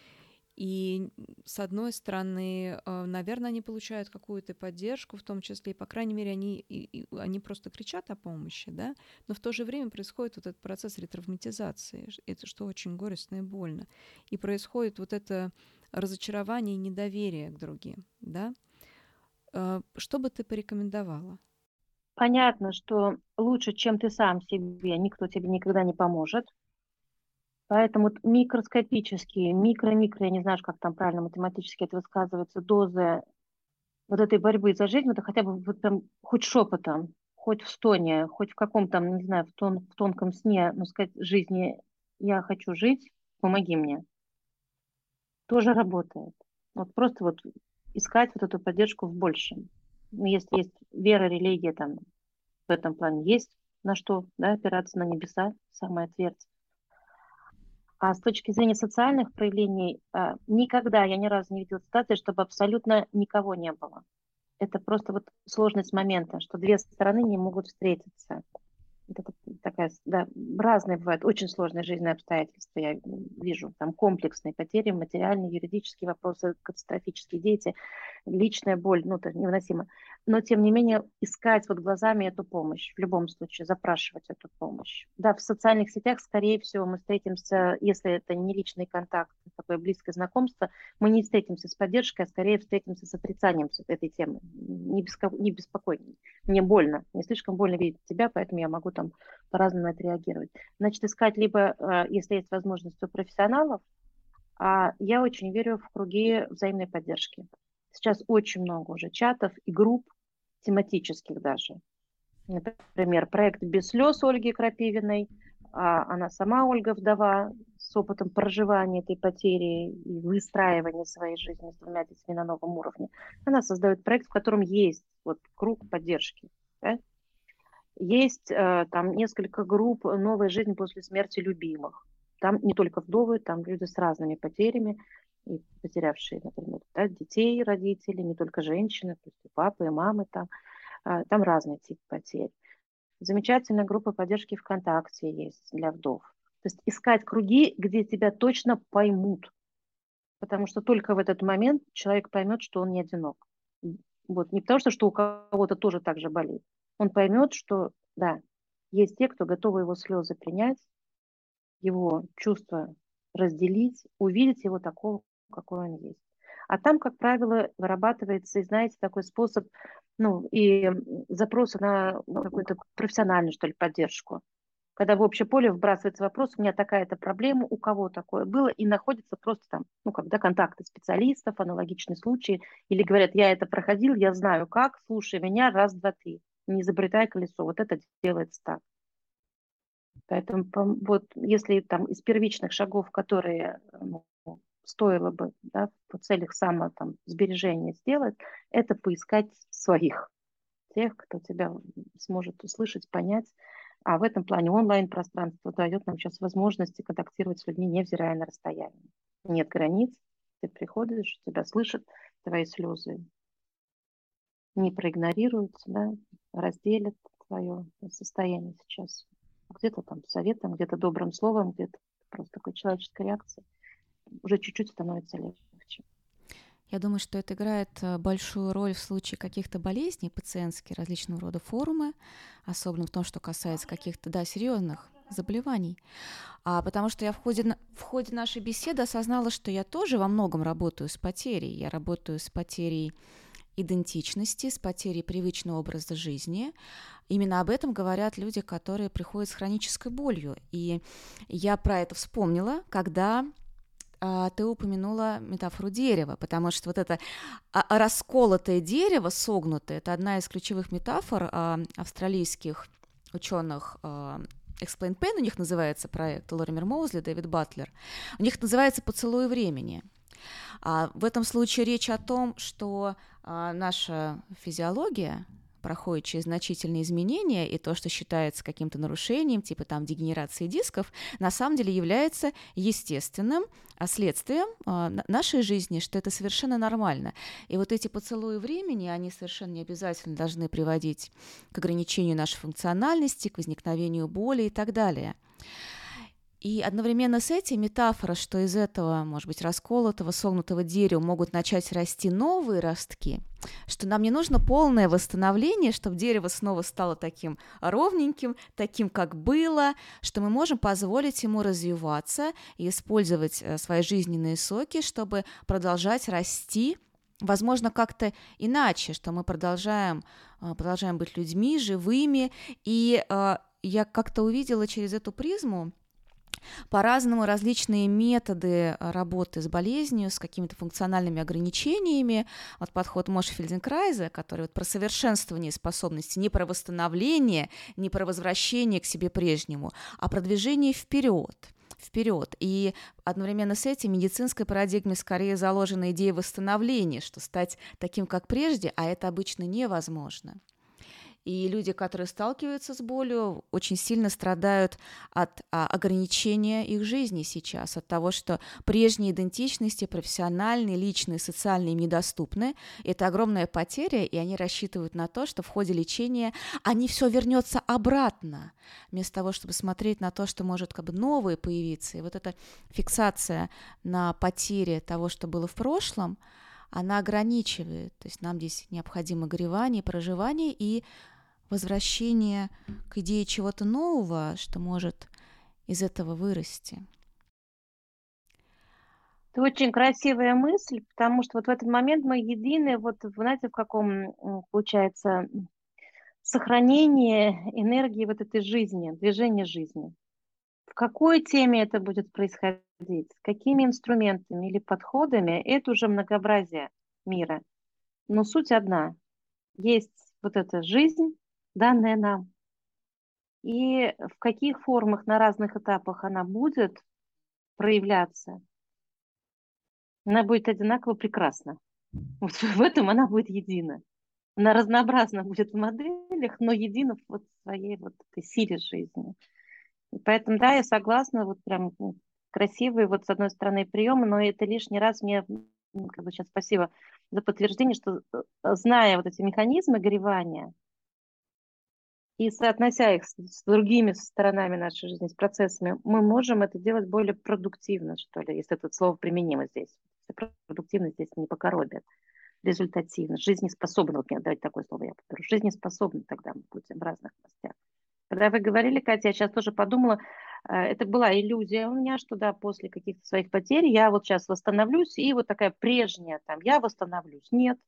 B: И, с одной стороны, э, наверное, они получают какую-то поддержку, в том числе, и, по крайней мере, они, и- и они просто кричат о помощи, да, но в то же время происходит вот этот процесс ретравматизации, ш- это что очень горестно и больно. И происходит вот это разочарование и недоверие к другим, да. Э, Что бы ты порекомендовала?
C: Понятно, что лучше, чем ты сам себе, никто тебе никогда не поможет. Поэтому вот микроскопические, микро-микро, я не знаю, как там правильно математически это высказывается, дозы вот этой борьбы за жизнь, это хотя бы вот там хоть шепотом, хоть в стоне, хоть в каком-то, не знаю, в, тон, в тонком сне, ну, сказать жизни, я хочу жить, помоги мне, тоже работает. Вот просто вот искать вот эту поддержку в большем. Ну, если есть вера, религия, там, в этом плане есть на что, да, опираться на небеса, самая твердь. А с точки зрения социальных проявлений, а, никогда я ни разу не видела ситуации, чтобы абсолютно никого не было. Это просто вот сложность момента, что две стороны не могут встретиться. Это такая, да, разные бывают, очень сложные жизненные обстоятельства. Я вижу там комплексные потери, материальные, юридические вопросы, катастрофические дети, личная боль, ну, это невыносимо. Но, тем не менее, искать вот глазами эту помощь, в любом случае, запрашивать эту помощь. Да, в социальных сетях, скорее всего, мы встретимся, если это не личный контакт, такое близкое знакомство, мы не встретимся с поддержкой, а скорее встретимся с отрицанием этой темы. Не, беско... не беспокойней. Мне больно, мне слишком больно видеть тебя, поэтому я могу там по-разному на это реагировать. Значит, искать либо, э, если есть возможность, у профессионалов, а я очень верю в круги взаимной поддержки. Сейчас очень много уже чатов и групп, тематических даже. Например, проект «Без слез» Ольги Крапивиной. А она сама, Ольга, вдова, с опытом проживания этой потери и выстраивания своей жизни с двумя детьми на новом уровне. Она создает проект, в котором есть вот круг поддержки. Да? Есть э, там несколько групп «Новая жизнь после смерти любимых». Там не только вдовы, там люди с разными потерями, и потерявшие, например, да, детей, родителей, не только женщины, то есть и папы, и мамы там. А, Там разный тип потерь. Замечательная группа поддержки ВКонтакте есть для вдов. То есть искать круги, где тебя точно поймут. Потому что только в этот момент человек поймет, что он не одинок. Вот. Не потому что, что у кого-то тоже так же болит. Он поймет, что да, есть те, кто готовы его слезы принять, его чувства разделить, увидеть его такого, какой он есть. А там, как правило, вырабатывается, и знаете, такой способ, ну, и запроса на какую-то профессиональную, что ли, поддержку. Когда в общее поле вбрасывается вопрос, у меня такая-то проблема, у кого такое было, и находится просто там, ну, когда контакты специалистов, аналогичные случаи, или говорят, я это проходил, я знаю как, слушай меня, раз, два, три, не изобретай колесо, вот это делается так. Поэтому вот если там из первичных шагов, которые ну, стоило бы да, по целях само там, сбережения сделать, это поискать своих, тех, кто тебя сможет услышать, понять. А в этом плане онлайн-пространство дает нам сейчас возможности контактировать с людьми, невзирая на расстояние. Нет границ, ты приходишь, тебя слышат, твои слезы не проигнорируют, да, разделят твое состояние сейчас. Где-то там советом, где-то добрым словом, где-то просто такой человеческой реакцией. Уже чуть-чуть становится легче.
A: Я думаю, что это играет большую роль в случае каких-то болезней пациентских, различного рода форумы, особенно в том, что касается каких-то, да, серьезных заболеваний. А потому что я в ходе, в ходе нашей беседы осознала, что я тоже во многом работаю с потерей. Я работаю с потерей идентичности, с потерей привычного образа жизни. Именно об этом говорят люди, которые приходят с хронической болью. И я про это вспомнила, когда а, ты упомянула метафору дерева, потому что вот это а, расколотое дерево, согнутое, это одна из ключевых метафор а, австралийских ученых. А, Explain Pain у них называется проект, Лоример Моузли, Дэвид Батлер. У них называется «Поцелуй времени». А в этом случае речь о том, что а, наша физиология проходит через значительные изменения, и то, что считается каким-то нарушением, типа там дегенерации дисков, на самом деле является естественным следствием а, нашей жизни, что это совершенно нормально. И вот эти поцелуи времени, они совершенно не обязательно должны приводить к ограничению нашей функциональности, к возникновению боли и так далее. И одновременно с этим метафора, что из этого, может быть, расколотого, согнутого дерева могут начать расти новые ростки, что нам не нужно полное восстановление, чтобы дерево снова стало таким ровненьким, таким, как было, что мы можем позволить ему развиваться и использовать свои жизненные соки, чтобы продолжать расти, возможно, как-то иначе, что мы продолжаем, продолжаем быть людьми, живыми. И я как-то увидела через эту призму, по-разному различные методы работы с болезнью, с какими-то функциональными ограничениями. Вот подход Моши Фельденкрайза, который вот про совершенствование способностей, не про восстановление, не про возвращение к себе прежнему, а про движение вперед. вперед. И одновременно с этим в медицинской парадигме скорее заложена идея восстановления, что стать таким, как прежде, а это обычно невозможно. И люди, которые сталкиваются с болью, очень сильно страдают от а, ограничения их жизни сейчас, от того, что прежние идентичности, профессиональные, личные, социальные, им недоступны. Это огромная потеря, и они рассчитывают на то, что в ходе лечения они все вернется обратно, вместо того, чтобы смотреть на то, что может как бы новое появиться. И вот эта фиксация на потере того, что было в прошлом, она ограничивает. То есть нам здесь необходимо горевание, проживание и возвращение к идее чего-то нового, что может из этого вырасти.
C: Это очень красивая мысль, потому что вот в этот момент мы едины, вот знаете, в каком получается сохранении энергии вот этой жизни, движения жизни. В какой теме это будет происходить, с какими инструментами или подходами, это уже многообразие мира. Но суть одна. Есть вот эта жизнь, данная нам. И в каких формах на разных этапах она будет проявляться, она будет одинаково прекрасна. Вот в этом она будет едина. Она разнообразна будет в моделях, но едина вот в своей вот этой силе жизни. И поэтому, да, я согласна, вот прям красивые, вот с одной стороны, приемы, но это лишний раз мне, как бы сейчас спасибо за подтверждение, что зная вот эти механизмы горевания, И соотнося их с, с другими сторонами нашей жизни, с процессами, мы можем это делать более продуктивно, что ли, если это слово применимо здесь. Продуктивно здесь не покоробит. Результативно, жизнеспособно. Вот мне давайте такое слово я подберу. Жизнеспособно тогда мы будем в разных областях. Когда вы говорили, Катя, я сейчас тоже подумала, э, это была иллюзия у меня, что да, после каких-то своих потерь я вот сейчас восстановлюсь, и вот такая прежняя там, я восстановлюсь. Нет,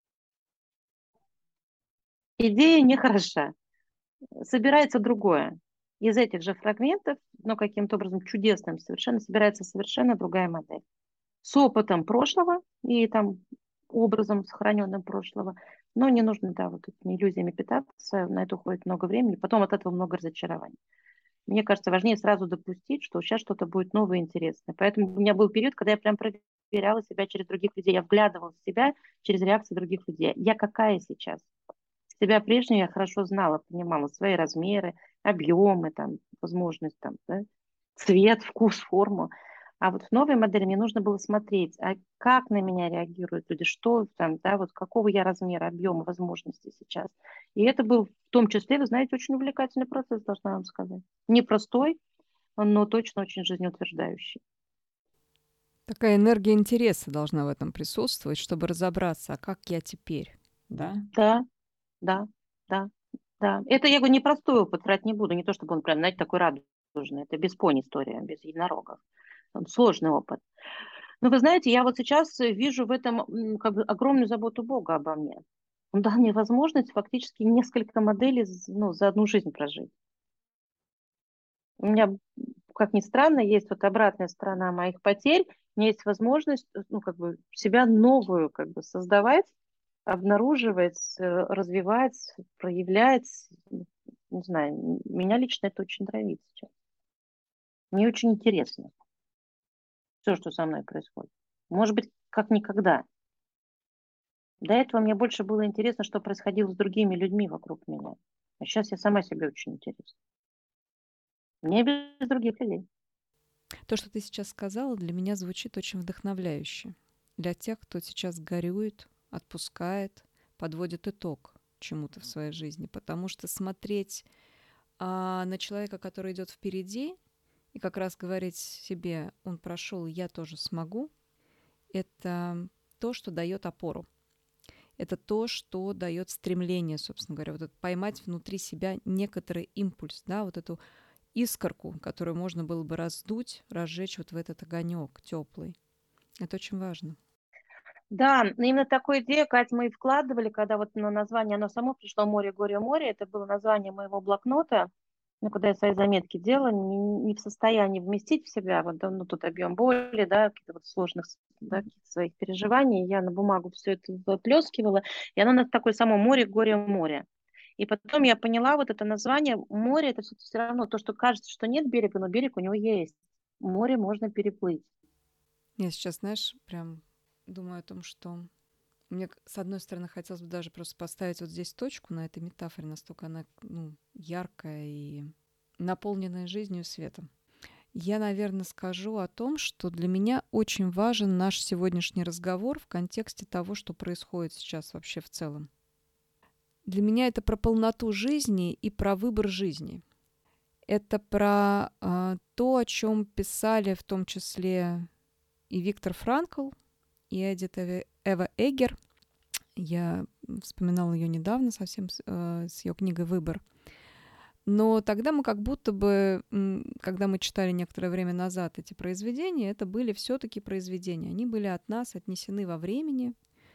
C: идея нехороша. Собирается другое. Из этих же фрагментов, но каким-то образом чудесным совершенно, собирается совершенно другая модель. С опытом прошлого и там образом сохраненным прошлого, но не нужно, да, вот этими иллюзиями питаться, на это уходит много времени, потом от этого много разочарований. Мне кажется, важнее сразу допустить, что сейчас что-то будет новое и интересное. Поэтому у меня был период, когда я прям проверяла себя через других людей, я вглядывалась в себя через реакции других людей. Я какая сейчас? Себя прежнюю я хорошо знала, понимала свои размеры, объемы, там, возможность, там, да, цвет, вкус, форму. А вот в новой модели мне нужно было смотреть, а как на меня реагируют люди, что там, да, вот какого я размера, объема, возможностей сейчас. И это был в том числе, вы знаете, очень увлекательный процесс, должна вам сказать. Непростой, но точно очень жизнеутверждающий.
B: Такая энергия интереса должна в этом присутствовать, чтобы разобраться, а как я теперь, да?
C: Да, да, да, да. Это, я говорю, непростой опыт, врать не буду. Не то, чтобы он прям, знаете, такой радужный. Это без пони история, без единорогов. Он сложный опыт. Но вы знаете, я вот сейчас вижу в этом м, как бы огромную заботу Бога обо мне. Он дал мне возможность фактически несколько моделей ну, за одну жизнь прожить. У меня, как ни странно, есть вот обратная сторона моих потерь. У меня есть возможность ну, как бы себя новую как бы создавать, обнаруживать, э, развивать, проявлять. Не знаю, меня лично это очень нравится сейчас. Мне очень интересно все, что со мной происходит. Может быть, как никогда. До этого мне больше было интересно, что происходило с другими людьми вокруг меня. А сейчас я сама себе очень интересна. Мне без других людей.
B: То, что ты сейчас сказала, для меня звучит очень вдохновляюще. Для тех, кто сейчас горюет, отпускает, подводит итог чему-то в своей жизни. Потому что смотреть а, на человека, который идет впереди, и как раз говорить себе, он прошел, я тоже смогу, это то, что дает опору. Это то, что дает стремление, собственно говоря, вот это поймать внутри себя некоторый импульс, да, вот эту искорку, которую можно было бы раздуть, разжечь вот в этот огонек теплый. Это очень важно.
C: Да, именно такую идею, Катя, мы и вкладывали, когда вот на название, оно само пришло «Море, горе, море». Это было название моего блокнота. Ну, когда я свои заметки делала, не, не в состоянии вместить в себя вот, ну, тут объем боли, да, каких-то вот сложных да, каких-то своих переживаний. Я на бумагу все это выплескивала, и оно на такое само «Море, горе, море». И потом я поняла вот это название «Море», это все равно то, что кажется, что нет берега, но берег у него есть. Море можно переплыть.
B: Я сейчас, знаешь, прям думаю о том, что мне, с одной стороны, хотелось бы даже просто поставить вот здесь точку на этой метафоре, настолько она ну, яркая и наполненная жизнью и светом. Я, наверное, скажу о том, что для меня очень важен наш сегодняшний разговор в контексте того, что происходит сейчас вообще в целом. Для меня это про полноту жизни и про выбор жизни. Это про а, то, о чем писали в том числе и Виктор Франкл, и Эдит Эва Эггер. Я вспоминала ее недавно совсем с, э, с ее книгой «Выбор». Но тогда мы как будто бы, когда мы читали некоторое время назад эти произведения, это были все-таки произведения. Они были от нас отнесены во времени,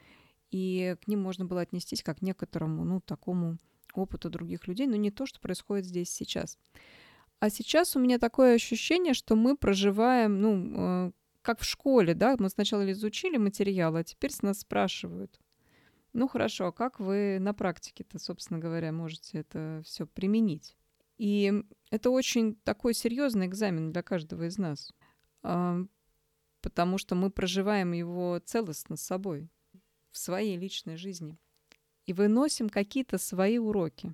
B: и к ним можно было отнестись как к некоторому, ну, такому опыту других людей, но не то, что происходит здесь сейчас. А сейчас у меня такое ощущение, что мы проживаем, ну, э, как в школе, да, мы сначала изучили материал, а теперь с нас спрашивают, ну, хорошо, а как вы на практике-то, собственно говоря, можете это все применить? И это очень такой серьезный экзамен для каждого из нас, потому что мы проживаем его целостно с собой, в своей личной жизни, и выносим какие-то свои уроки,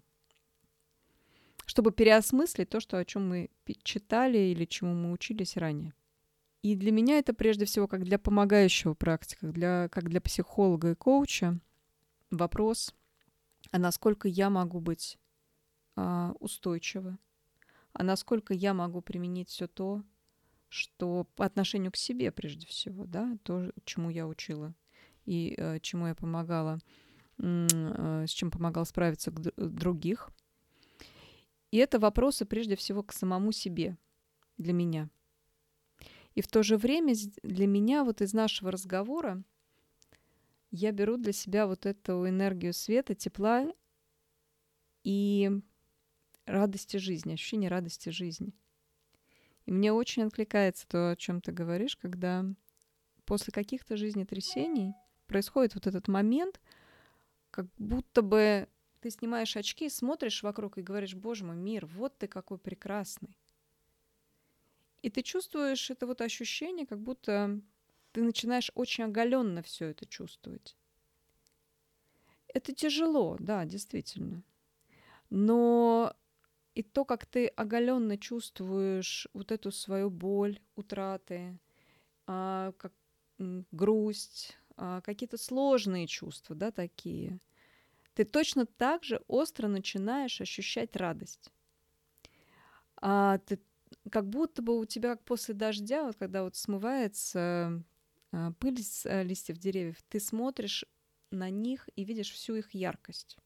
B: чтобы переосмыслить то, что, о чем мы читали или чему мы учились ранее. И для меня это прежде всего как для помогающего практика, для, как для психолога и коуча вопрос, а насколько я могу быть а, устойчивы, а насколько я могу применить все то, что по отношению к себе прежде всего, да, то, чему я учила и э, чему я помогала, м, э, с чем помогала справиться к д- других. И это вопросы прежде всего к самому себе для меня. И в то же время з- для меня вот из нашего разговора я беру для себя вот эту энергию света, тепла и радости жизни, ощущение радости жизни. И мне очень откликается то, о чем ты говоришь, когда после каких-то жизнетрясений происходит вот этот момент, как будто бы ты снимаешь очки, смотришь вокруг и говоришь: «Боже мой, мир, вот ты какой прекрасный». И ты чувствуешь это вот ощущение, как будто ты начинаешь очень оголенно все это чувствовать. Это тяжело, да, действительно. Но и то, как ты оголенно чувствуешь вот эту свою боль, утраты, а, как, м, грусть, а, какие-то сложные чувства, да, такие, ты точно так же остро начинаешь ощущать радость. А, ты, как будто бы у тебя, как после дождя, вот когда вот смывается а, пыль с а, листьев деревьев, ты смотришь на них и видишь всю их яркость.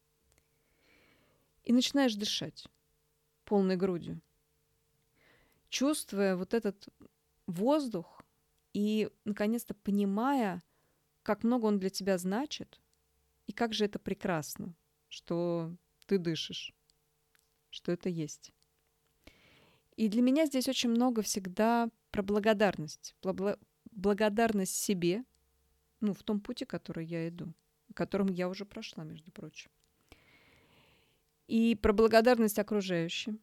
B: И начинаешь дышать полной грудью, чувствуя вот этот воздух и, наконец-то, понимая, как много он для тебя значит, и как же это прекрасно, что ты дышишь, что это есть. И для меня здесь очень много всегда про благодарность. Бла- Благодарность себе, ну, в том пути, который я иду, которым я уже прошла, между прочим. И про благодарность окружающим,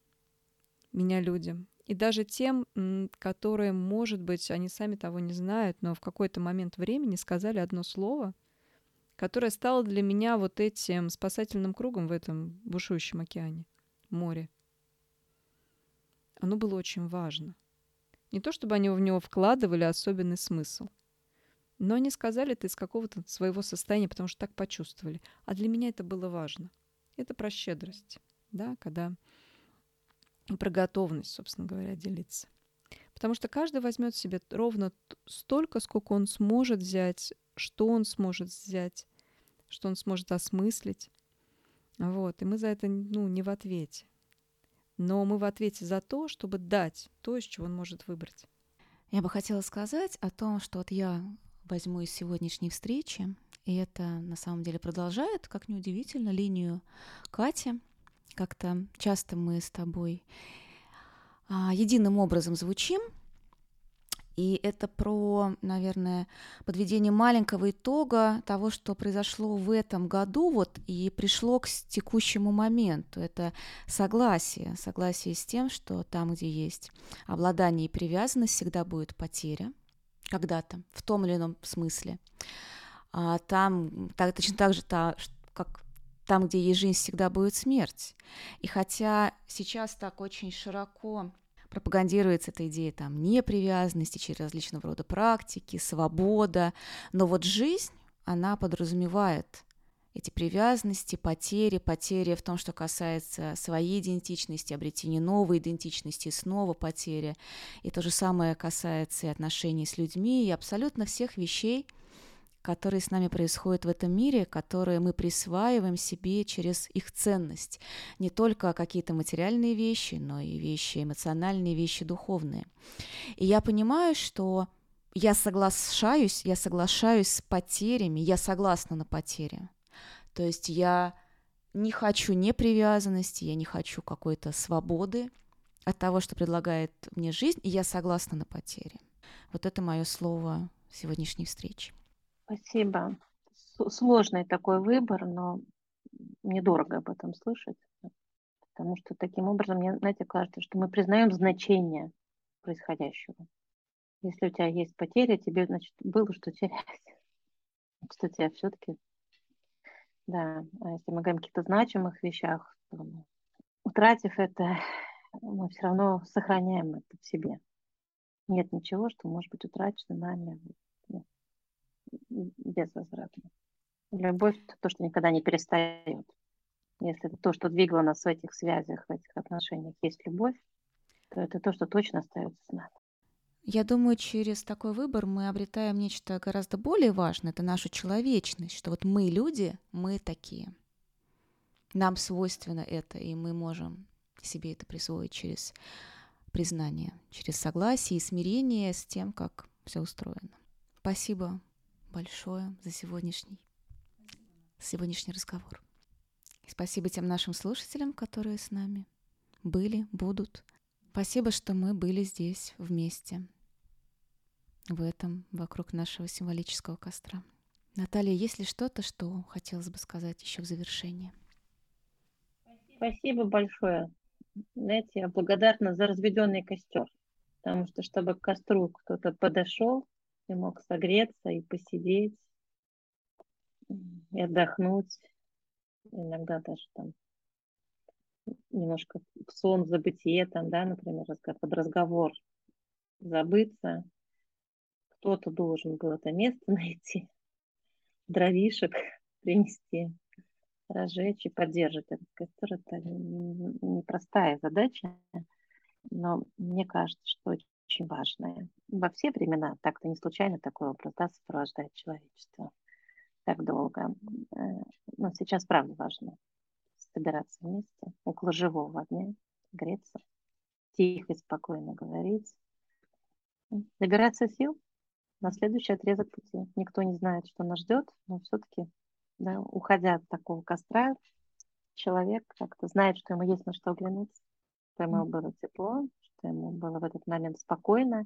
B: меня людям. И даже тем, м, которые, может быть, они сами того не знают, но в какой-то момент времени сказали одно слово, которое стало для меня вот этим спасательным кругом в этом бушующем океане, море. Оно было очень важно. Не то, чтобы они в него вкладывали особенный смысл, но они сказали это из какого-то своего состояния, потому что так почувствовали. А для меня это было важно. Это про щедрость, да, когда про готовность, собственно говоря, делиться. Потому что каждый возьмет себе ровно т- столько, сколько он сможет взять, что он сможет взять, что он сможет осмыслить. Вот. И мы за это, ну, не в ответе. Но мы в ответе за то, чтобы дать то, из чего он может выбрать.
A: Я бы хотела сказать о том, что вот я возьму из сегодняшней встречи, и это на самом деле продолжает, как неудивительно, линию Кати. Как-то часто мы с тобой а, единым образом звучим, и это про, наверное, подведение маленького итога того, что произошло в этом году, вот, и пришло к с- текущему моменту. Это согласие, согласие с тем, что там, где есть обладание и привязанность, всегда будет потеря когда-то, в том или ином смысле. А там, так, точно так же, та, ш- как там, где есть жизнь, всегда будет смерть. И хотя сейчас так очень широко пропагандируется эта идея там непривязанности через различного рода практики, свобода, но вот жизнь, она подразумевает эти привязанности, потери, потери в том, что касается своей идентичности, обретения новой идентичности, снова потери. И то же самое касается и отношений с людьми, и абсолютно всех вещей, которые с нами происходят в этом мире, которые мы присваиваем себе через их ценность. Не только какие-то материальные вещи, но и вещи эмоциональные, вещи духовные. И я понимаю, что я соглашаюсь, я соглашаюсь с потерями, я согласна на потери. То есть я не хочу непривязанности, я не хочу какой-то свободы от того, что предлагает мне жизнь, и я согласна на потери. Вот это мое слово сегодняшней встречи.
C: Спасибо. С- Сложный такой выбор, но мне дорого об этом слышать, потому что таким образом, мне, знаете, кажется, что мы признаем значение происходящего. Если у тебя есть потеря, тебе, значит, было что терять, что тебя все-таки, да, а если мы говорим о каких-то значимых вещах, то, ну, утратив это, мы все равно сохраняем это в себе. Нет ничего, что может быть утрачено нами, ну, безвозвратно. Любовь — это то, что никогда не перестает. Если это то, что двигало нас в этих связях, в этих отношениях, есть любовь, то это то, что точно остается с нами.
A: Я думаю, через такой выбор мы обретаем нечто гораздо более важное. Это нашу человечность, что вот мы люди, мы такие. Нам свойственно это, и мы можем себе это присвоить через признание, через согласие и смирение с тем, как все устроено. Спасибо большое за сегодняшний, сегодняшний разговор. И спасибо тем нашим слушателям, которые с нами были, будут. Спасибо, что мы были здесь вместе, в этом, вокруг нашего символического костра. Наталья, есть ли что-то, что хотелось бы сказать еще в завершение?
C: Спасибо большое. Знаете, я благодарна за разведенный костер, потому что, чтобы к костру кто-то подошел и мог согреться и посидеть, и отдохнуть, иногда даже там немножко в сон, в забытие, там, да, например, под разговор забыться, кто-то должен был это место найти, дровишек принести, разжечь и поддерживать этот костер. Это непростая задача, но мне кажется, что очень важная. Во все времена так-то не случайно такой образ, да, сопровождает человечество так долго. Но сейчас, правда, важно собираться вместе, около живого огня, греться, тихо и спокойно говорить, набираться сил на следующий отрезок пути. Никто не знает, что нас ждет, но все-таки, да, уходя от такого костра, человек как-то знает, что ему есть на что оглянуться, что ему было тепло, что ему было в этот момент спокойно.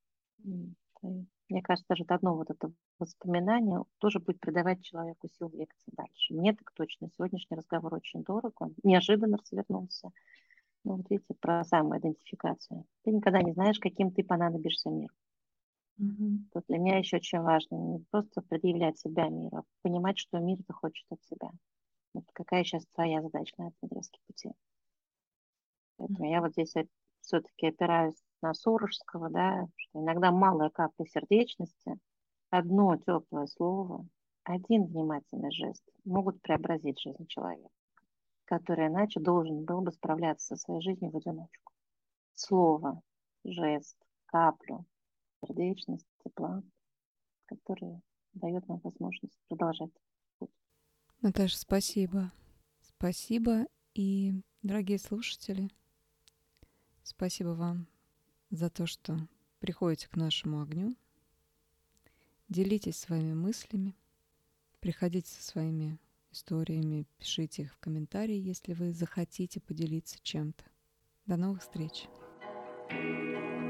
C: Мне кажется, даже одно вот это воспоминание тоже будет придавать человеку сил двигаться дальше. Мне так точно. Сегодняшний разговор очень дорог, он неожиданно развернулся. Ну, вот видите, про самоидентификацию. Ты никогда не знаешь, каким ты понадобишься миру. Mm-hmm. Тут для меня еще очень важно не просто предъявлять себя миру, а понимать, что мир-то хочет от себя. Вот какая сейчас твоя задача на этом отрезке пути. Поэтому mm-hmm. я вот здесь все-таки опираюсь на Сурожского, да, что иногда малая капля сердечности, одно теплое слово, один внимательный жест могут преобразить жизнь человека, который иначе должен был бы справляться со своей жизнью в одиночку. Слово, жест, каплю, сердечность, тепла, который дает нам возможность продолжать путь.
B: Наташа, спасибо. Спасибо. И, дорогие слушатели, спасибо вам за то, что приходите к нашему огню. Делитесь своими мыслями. Приходите со своими историями. Пишите их в комментарии, если вы захотите поделиться чем-то. До новых встреч! thank you